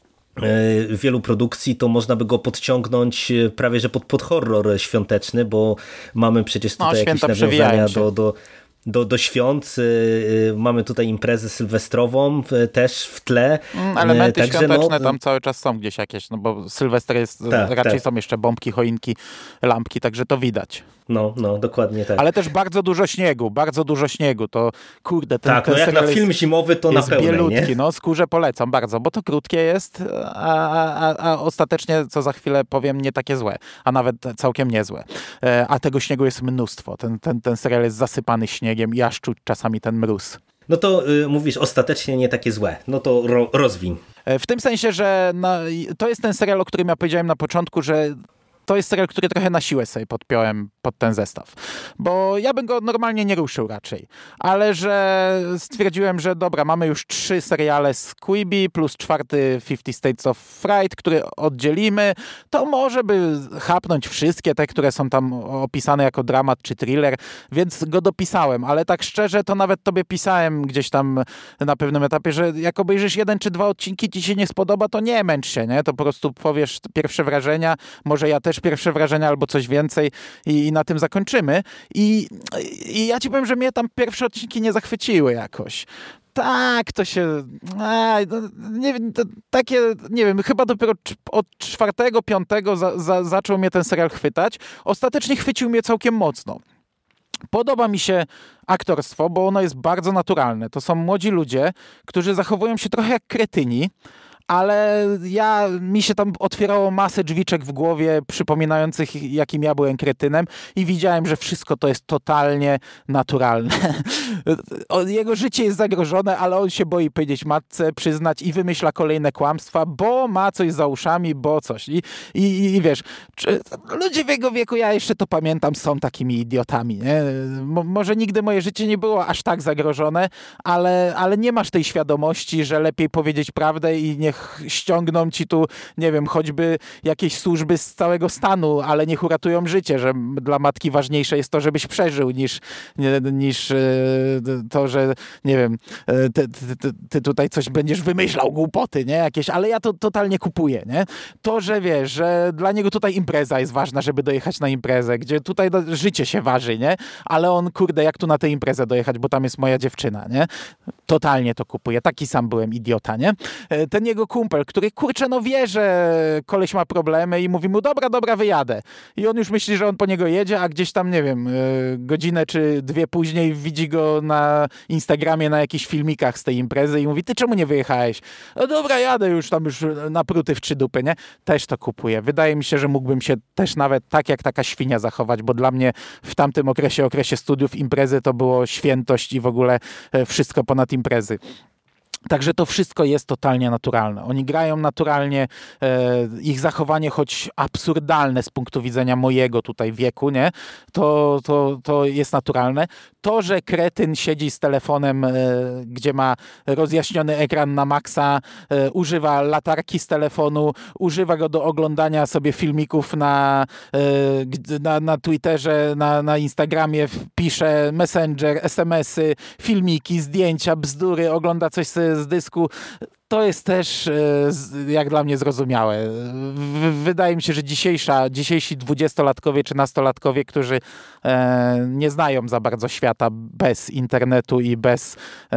wielu produkcji to można by go podciągnąć prawie że pod, pod horror świąteczny, bo mamy przecież tutaj no, jakieś nawiązania do, do, do, do świąt. Mamy tutaj imprezę sylwestrową też w tle. Elementy Także świąteczne no, tam cały czas są gdzieś jakieś, no bo Sylwester jest, tak, raczej tak. Są jeszcze bombki, choinki, lampki, także to widać. No, no, dokładnie tak. Ale też bardzo dużo śniegu, bardzo dużo śniegu, to kurde, ten, tak, ten no jak na film zimowy to na pełnej, bielutki, nie? No skórze polecam bardzo, bo to krótkie jest, a, a, a ostatecznie, co za chwilę powiem, nie takie złe, a nawet całkiem niezłe. A tego śniegu jest mnóstwo, ten, ten, ten serial jest zasypany śniegiem i aż czuć czasami ten mróz. No to y, mówisz ostatecznie nie takie złe, no to ro, rozwiń. W tym sensie, że na, to jest ten serial, o którym ja powiedziałem na początku, że to jest serial, który trochę na siłę sobie podpiąłem pod ten zestaw. Bo ja bym go normalnie nie ruszył raczej. Ale że stwierdziłem, że dobra, mamy już trzy seriale z Quibi plus czwarty fifty States of Fright, który oddzielimy, to może by chapnąć wszystkie te, które są tam opisane jako dramat czy thriller, więc go dopisałem. Ale tak szczerze, to nawet tobie pisałem gdzieś tam na pewnym etapie, że jak obejrzysz jeden czy dwa odcinki, ci się nie spodoba, to nie męcz się, nie? To po prostu powiesz pierwsze wrażenia, może ja też pierwsze wrażenia albo coś więcej i, i na tym zakończymy. I, I ja ci powiem, że mnie tam pierwsze odcinki nie zachwyciły jakoś. Tak, to się... A, nie wiem, to takie, nie wiem, chyba dopiero od czwartego, piątego za, za, zaczął mnie ten serial chwytać. Ostatecznie chwycił mnie całkiem mocno. Podoba mi się aktorstwo, bo ono jest bardzo naturalne. To są młodzi ludzie, którzy zachowują się trochę jak kretyni, ale ja, mi się tam otwierało masę drzwiczek w głowie przypominających, jakim ja byłem kretynem i widziałem, że wszystko to jest totalnie naturalne. Jego życie jest zagrożone, ale on się boi powiedzieć matce, przyznać i wymyśla kolejne kłamstwa, bo ma coś za uszami, bo coś. I, i, i wiesz, czy, ludzie w jego wieku, ja jeszcze to pamiętam, są takimi idiotami. Nie? Mo, może nigdy moje życie nie było aż tak zagrożone, ale, ale nie masz tej świadomości, że lepiej powiedzieć prawdę i niech ściągną ci tu, nie wiem, choćby jakieś służby z całego stanu, ale niech uratują życie, że dla matki ważniejsze jest to, żebyś przeżył, niż, niż to, że nie wiem, ty, ty, ty tutaj coś będziesz wymyślał, głupoty, nie? Jakieś, ale ja to totalnie kupuję, nie? To, że wiesz, że dla niego tutaj impreza jest ważna, żeby dojechać na imprezę, gdzie tutaj życie się waży, nie? Ale on, kurde, jak tu na tę imprezę dojechać, bo tam jest moja dziewczyna, nie? Totalnie to kupuję. Taki sam byłem idiota, nie? Ten jego kumpel, który, kurczę, no wie, że koleś ma problemy i mówi mu, dobra, dobra, wyjadę. I on już myśli, że on po niego jedzie, a gdzieś tam, nie wiem, godzinę czy dwie później widzi go na Instagramie na jakichś filmikach z tej imprezy i mówi, ty czemu nie wyjechałeś? No dobra, jadę już tam już napruty w trzy dupy, nie? Też to kupuję. Wydaje mi się, że mógłbym się też nawet tak jak taka świnia zachować, bo dla mnie w tamtym okresie, okresie studiów imprezy to było świętość i w ogóle wszystko ponad imprezy. Także to wszystko jest totalnie naturalne. Oni grają naturalnie, e, ich zachowanie, choć absurdalne z punktu widzenia mojego tutaj wieku, nie? To, to, to jest naturalne. To, że kretyn siedzi z telefonem, e, gdzie ma rozjaśniony ekran na maksa, e, używa latarki z telefonu, używa go do oglądania sobie filmików na, e, na, na Twitterze, na, na Instagramie, pisze Messenger, es em esy, filmiki, zdjęcia, bzdury, ogląda coś z z dysku, to jest też jak dla mnie zrozumiałe. Wydaje mi się, że dzisiejsza, dzisiejsi dwudziestolatkowie czy nastolatkowie, którzy nie znają za bardzo świata bez internetu i bez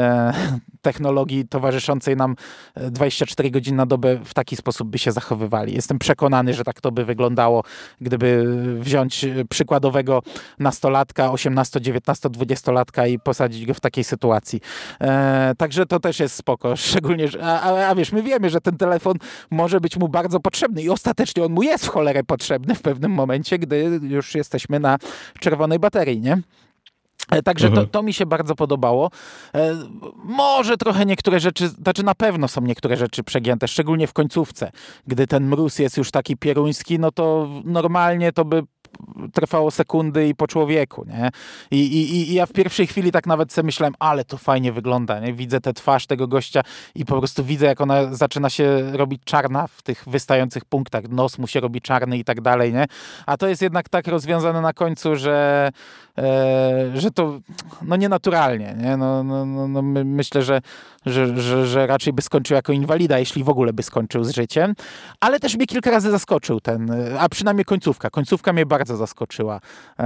technologii towarzyszącej nam dwadzieścia cztery godziny na dobę, w taki sposób by się zachowywali. Jestem przekonany, że tak to by wyglądało, gdyby wziąć przykładowego nastolatka, osiemnasto, dziewiętnasto, dwudziestolatka i posadzić go w takiej sytuacji. Także to też jest spoko. Szczególnie, że A, a, a wiesz, my wiemy, że ten telefon może być mu bardzo potrzebny i ostatecznie on mu jest w cholerę potrzebny w pewnym momencie, gdy już jesteśmy na czerwonej baterii, nie? Także to, to mi się bardzo podobało. E, może trochę niektóre rzeczy, znaczy na pewno są niektóre rzeczy przegięte, szczególnie w końcówce. Gdy ten mróz jest już taki pieruński, no to normalnie to by trwało sekundy i po człowieku, nie? I, i, i ja w pierwszej chwili tak nawet sobie myślałem, ale to fajnie wygląda, nie? Widzę tę twarz tego gościa i po prostu widzę, jak ona zaczyna się robić czarna w tych wystających punktach. Nos mu się robi czarny i tak dalej, nie? A to jest jednak tak rozwiązane na końcu, że e, że to no nienaturalnie, nie? No, no, no, no my, myślę, że, że, że, że raczej by skończył jako inwalida, jeśli w ogóle by skończył z życiem. Ale też mnie kilka razy zaskoczył ten, a przynajmniej końcówka. Końcówka mnie bardzo zaskoczyła.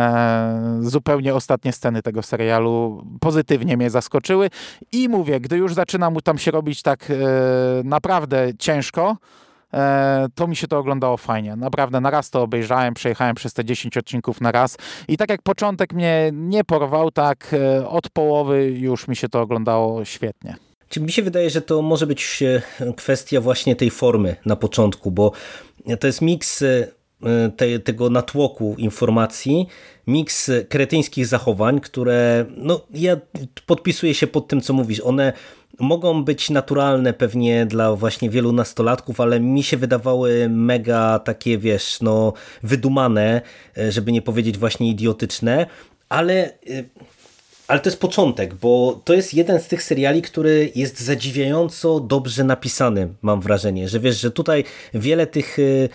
E, zupełnie ostatnie sceny tego serialu pozytywnie mnie zaskoczyły i mówię, gdy już zaczyna mu tam się robić tak e, naprawdę ciężko, e, to mi się to oglądało fajnie. Naprawdę na raz to obejrzałem, przejechałem przez te dziesięć odcinków na raz i tak jak początek mnie nie porwał, tak e, od połowy już mi się to oglądało świetnie. Czy mi się wydaje, że to może być kwestia właśnie tej formy na początku, bo to jest miks Te, tego natłoku informacji, miks kretyńskich zachowań, które, no ja podpisuję się pod tym, co mówisz, one mogą być naturalne pewnie dla właśnie wielu nastolatków, ale mi się wydawały mega takie, wiesz, no wydumane, żeby nie powiedzieć właśnie idiotyczne, ale... Ale to jest początek, bo to jest jeden z tych seriali, który jest zadziwiająco dobrze napisany, mam wrażenie, że wiesz, że tutaj wiele tych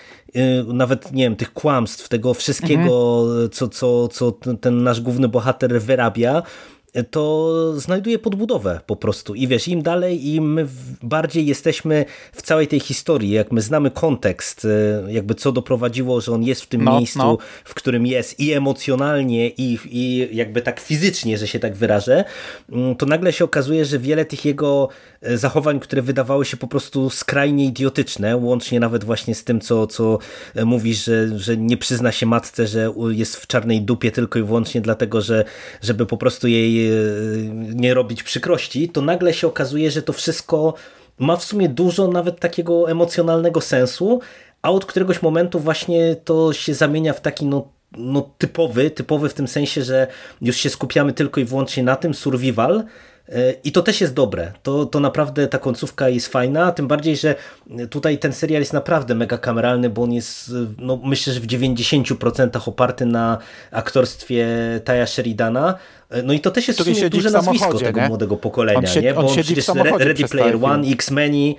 nawet, nie wiem, tych kłamstw, tego wszystkiego, mhm. co, co, co ten nasz główny bohater wyrabia, to znajduje podbudowę po prostu. I wiesz, im dalej, im bardziej jesteśmy w całej tej historii, jak my znamy kontekst, jakby co doprowadziło, że on jest w tym no, miejscu, no. w którym jest i emocjonalnie, i, i jakby tak fizycznie, że się tak wyrażę, to nagle się okazuje, że wiele tych jego zachowań, które wydawały się po prostu skrajnie idiotyczne, łącznie nawet właśnie z tym, co, co mówisz, że, że nie przyzna się matce, że jest w czarnej dupie tylko i wyłącznie dlatego, że żeby po prostu jej nie robić przykrości, to nagle się okazuje, że to wszystko ma w sumie dużo nawet takiego emocjonalnego sensu, a od któregoś momentu właśnie to się zamienia w taki no, no typowy, typowy w tym sensie, że już się skupiamy tylko i wyłącznie na tym, survival. I to też jest dobre. To, to naprawdę ta końcówka jest fajna, tym bardziej, że tutaj ten serial jest naprawdę mega kameralny, bo on jest, no myślę, że w dziewięćdziesięciu procentach oparty na aktorstwie Taya Sheridana. No i to też jest w sumie duże nazwisko tego nie? młodego pokolenia, on się, nie? Bo on siedzi przecież w Ready Player One, X-Meni,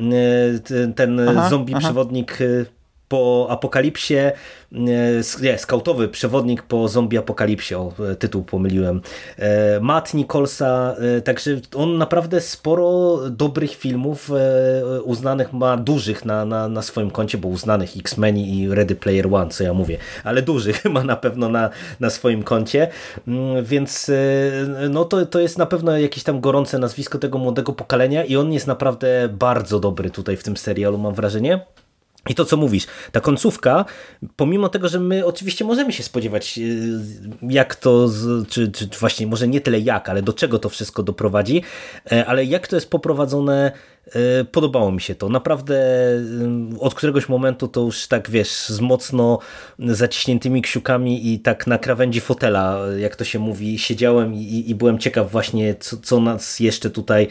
ten aha, zombie aha. przewodnik po apokalipsie, nie, skautowy przewodnik po zombie apokalipsie, o, tytuł pomyliłem, Matt Nicholsa, także on naprawdę sporo dobrych filmów uznanych ma, dużych na, na, na swoim koncie, bo uznanych X-Meni i Ready Player One, co ja mówię, ale dużych ma na pewno na, na swoim koncie, więc no to, to jest na pewno jakieś tam gorące nazwisko tego młodego pokolenia i on jest naprawdę bardzo dobry tutaj w tym serialu, mam wrażenie. I to, co mówisz, ta końcówka, pomimo tego, że my oczywiście możemy się spodziewać, jak to, czy, czy właśnie może nie tyle jak, ale do czego to wszystko doprowadzi, ale jak to jest poprowadzone, podobało mi się to. Naprawdę od któregoś momentu to już tak, wiesz, z mocno zaciśniętymi kciukami i tak na krawędzi fotela, jak to się mówi, siedziałem i, i byłem ciekaw właśnie, co, co nas jeszcze tutaj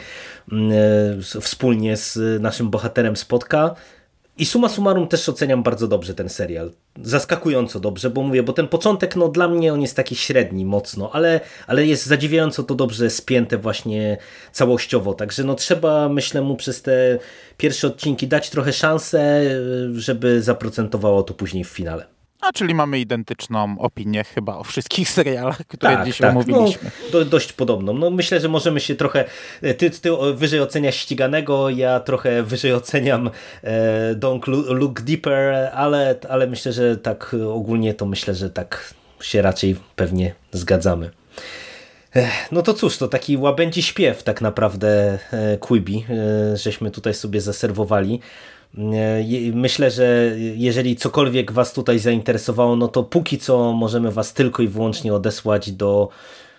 wspólnie z naszym bohaterem spotka. I summa summarum też oceniam bardzo dobrze ten serial. Zaskakująco dobrze, bo mówię, bo ten początek, no dla mnie on jest taki średni mocno, ale, ale jest zadziwiająco to dobrze spięte właśnie całościowo. Także no trzeba, myślę, mu przez te pierwsze odcinki dać trochę szansę, żeby zaprocentowało to później w finale. A czyli mamy identyczną opinię chyba o wszystkich serialach, które tak, dzisiaj tak. omówiliśmy. No, do, dość podobną. No, myślę, że możemy się trochę... Ty, ty wyżej oceniasz Ściganego, ja trochę wyżej oceniam e, Don't Look Deeper, ale, ale myślę, że tak ogólnie to myślę, że tak się raczej pewnie zgadzamy. No to cóż, to taki łabędzi śpiew tak naprawdę e, Quibi, e, żeśmy tutaj sobie zaserwowali. Myślę, że jeżeli cokolwiek was tutaj zainteresowało, no to póki co możemy was tylko i wyłącznie odesłać do,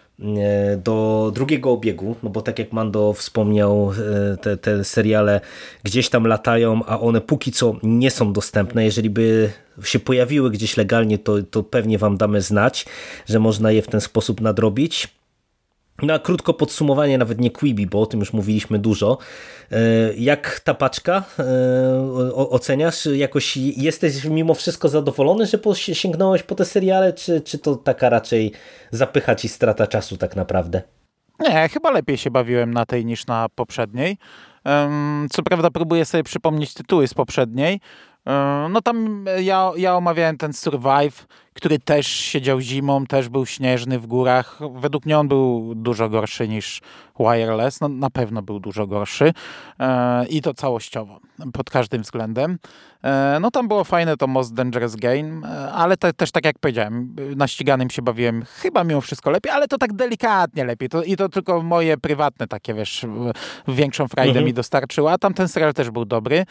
do drugiego obiegu, no bo tak jak Mando wspomniał, te, te seriale gdzieś tam latają, a one póki co nie są dostępne. Jeżeli by się pojawiły gdzieś legalnie, to, to pewnie wam damy znać, że można je w ten sposób nadrobić. No a krótko podsumowanie, nawet nie Quibi, bo o tym już mówiliśmy dużo. Jak ta paczka oceniasz? Jakoś jesteś mimo wszystko zadowolony, że sięgnąłeś po te seriale, czy, czy to taka raczej zapycha ci strata czasu tak naprawdę? Nie, chyba lepiej się bawiłem na tej niż na poprzedniej. Co prawda próbuję sobie przypomnieć tytuły z poprzedniej. No tam ja, ja omawiałem ten Survive, który też siedział zimą, też był śnieżny w górach. Według mnie on był dużo gorszy niż Wireless. No, na pewno był dużo gorszy. I to całościowo, pod każdym względem. No tam było fajne to Most Dangerous Game, ale te, też tak jak powiedziałem, na Ściganym się bawiłem chyba mimo wszystko lepiej, ale to tak delikatnie lepiej. To, I to tylko moje prywatne takie, wiesz, większą frajdę mhm. mi dostarczyło, a tam ten serial też był dobry.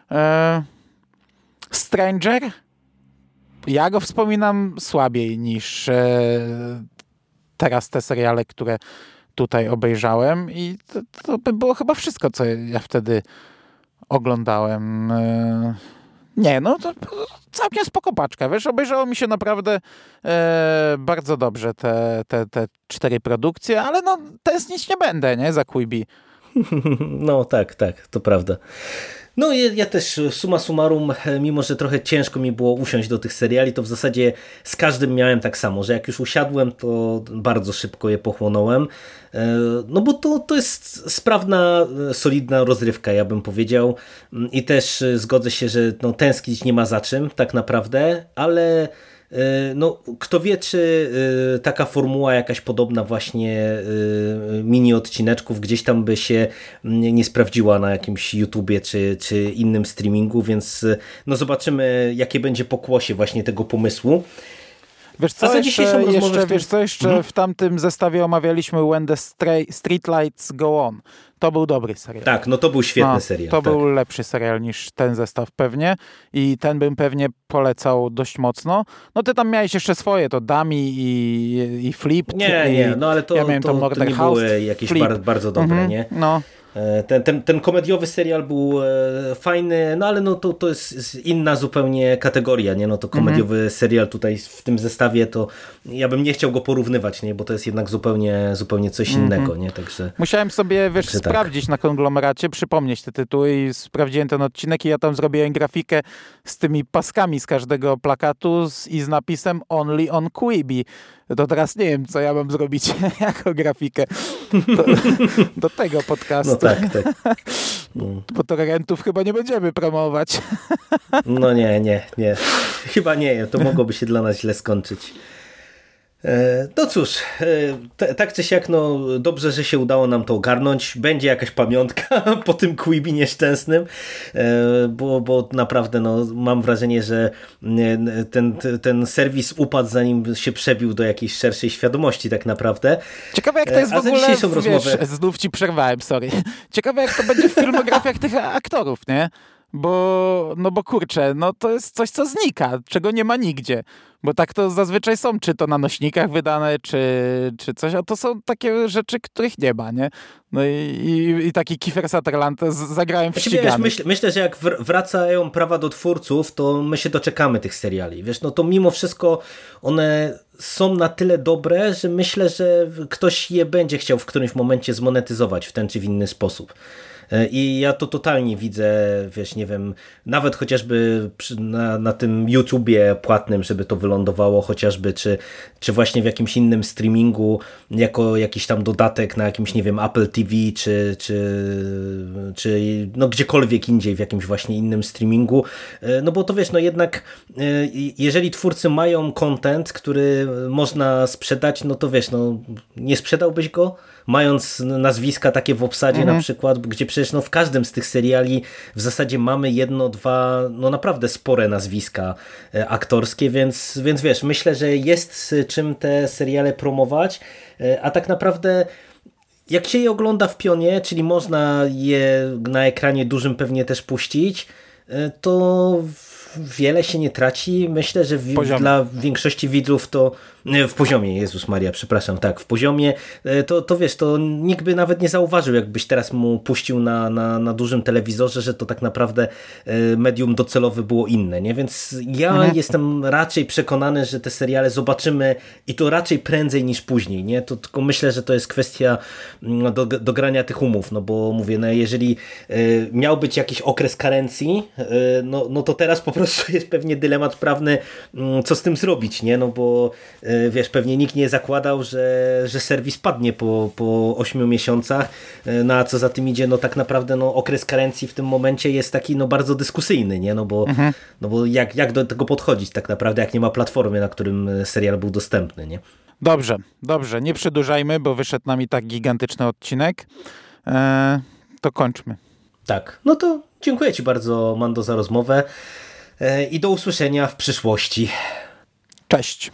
Stranger? Ja go wspominam słabiej niż e, teraz te seriale, które tutaj obejrzałem i to, to by było chyba wszystko, co ja wtedy oglądałem. E, nie, no to całkiem spoko paczka, wiesz, obejrzało mi się naprawdę e, bardzo dobrze te, te, te cztery produkcje, ale no tęsknić nie będę, nie, za Quibi. No tak, tak, to prawda. No ja, ja też summa summarum, mimo że trochę ciężko mi było usiąść do tych seriali, to w zasadzie z każdym miałem tak samo, że jak już usiadłem, to bardzo szybko je pochłonąłem. No bo to, to jest sprawna, solidna rozrywka, ja bym powiedział. I też zgodzę się, że no, tęsknić nie ma za czym tak naprawdę, ale no, kto wie, czy taka formuła jakaś podobna właśnie mini odcineczków gdzieś tam by się nie sprawdziła na jakimś YouTubie czy, czy innym streamingu, więc no zobaczymy, jakie będzie pokłosie właśnie tego pomysłu. Wiesz co, jeszcze, jeszcze, wiesz co jeszcze mhm. w tamtym zestawie omawialiśmy When the Streetlights Go On. To był dobry serial. Tak, no to był świetny no, serial. To tak. był lepszy serial niż ten zestaw pewnie i ten bym pewnie polecał dość mocno. No ty tam miałeś jeszcze swoje, to Dummy i, i Flip. Nie, i, nie, no ale to, ja miałem to, to, to nie House, były jakieś Flip. bardzo, bardzo dobre, mhm, nie? No. Ten, ten, ten komediowy serial był e, fajny, no ale no to, to jest inna zupełnie kategoria, nie? No to komediowy mm. serial tutaj w tym zestawie, to ja bym nie chciał go porównywać, nie? Bo to jest jednak zupełnie, zupełnie coś mm. innego, nie? Także musiałem sobie, wiesz, także sprawdzić tak. na konglomeracie, przypomnieć te tytuły i sprawdziłem ten odcinek i ja tam zrobiłem grafikę z tymi paskami z każdego plakatu z, i z napisem Only on Quibi. To teraz nie wiem, co ja mam zrobić jako grafikę do, do tego podcastu. No tak, tak. Mm. Bo to rentów chyba nie będziemy promować. No nie, nie, nie. Chyba nie, to mogłoby się dla nas źle skończyć. No cóż, t- tak czy siak, no dobrze, że się udało nam to ogarnąć. Będzie jakaś pamiątka po tym Quibi nieszczęsnym, bo, bo naprawdę no, mam wrażenie, że ten, ten serwis upadł, zanim się przebił do jakiejś szerszej świadomości tak naprawdę. Ciekawe jak to jest A w ogóle, wiesz, rozmowę... znów ci przerwałem, sorry. Ciekawe jak to będzie w filmografiach tych aktorów, nie? bo, no bo kurczę, no to jest coś, co znika, czego nie ma nigdzie. Bo tak to zazwyczaj są, czy to na nośnikach wydane, czy, czy coś, a to są takie rzeczy, których nie ma, nie? No i, i, i taki Kiefer Sutherland zagrałem w ścigany. Wiesz, myśl, myślę, że jak wracają prawa do twórców, to my się doczekamy tych seriali. Wiesz, no to mimo wszystko one są na tyle dobre, że myślę, że ktoś je będzie chciał w którymś momencie zmonetyzować w ten czy w inny sposób. I ja to totalnie widzę, wiesz, nie wiem, nawet chociażby przy, na, na tym YouTubie płatnym, żeby to wylądowało chociażby, czy, czy właśnie w jakimś innym streamingu, jako jakiś tam dodatek na jakimś, nie wiem, Apple T V, czy, czy, czy no gdziekolwiek indziej w jakimś właśnie innym streamingu, no bo to wiesz, no jednak jeżeli twórcy mają content, który można sprzedać, no to wiesz, no nie sprzedałbyś go, mając nazwiska takie w obsadzie mhm. na przykład, gdzie przecież no w każdym z tych seriali w zasadzie mamy jedno, dwa, no naprawdę spore nazwiska aktorskie, więc, więc wiesz, myślę, że jest czym te seriale promować, a tak naprawdę jak się je ogląda w pionie, czyli można je na ekranie dużym pewnie też puścić, to wiele się nie traci. Myślę, że w, dla większości widzów to w poziomie, Jezus Maria, przepraszam, tak, w poziomie, to, to wiesz, to nikt by nawet nie zauważył, jakbyś teraz mu puścił na, na, na dużym telewizorze, że to tak naprawdę medium docelowe było inne, nie? Więc ja mhm. jestem raczej przekonany, że te seriale zobaczymy i to raczej prędzej niż później, nie? To tylko myślę, że to jest kwestia do, do grania tych umów, no bo mówię, no jeżeli miał być jakiś okres karencji, no, no to teraz po prostu jest pewnie dylemat prawny, co z tym zrobić, nie? No bo wiesz, pewnie nikt nie zakładał, że, że serwis padnie po, po ośmiu miesiącach, no a co za tym idzie, no tak naprawdę no, okres karencji w tym momencie jest taki no bardzo dyskusyjny, nie? No bo, mhm. no bo jak, jak do tego podchodzić tak naprawdę, jak nie ma platformy, na którym serial był dostępny, nie? Dobrze, dobrze, nie przedłużajmy, bo wyszedł nam i tak gigantyczny odcinek. Eee, to kończmy. Tak, no to dziękuję Ci bardzo, Mando, za rozmowę eee, i do usłyszenia w przyszłości. Cześć.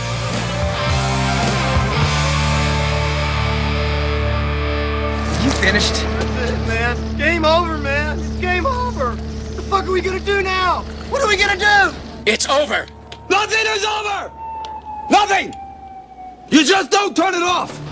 You finished? That's it, man. Game over, man. It's game over. What the fuck are we gonna do now? What are we gonna do? It's over. Nothing is over! Nothing! You just don't turn it off!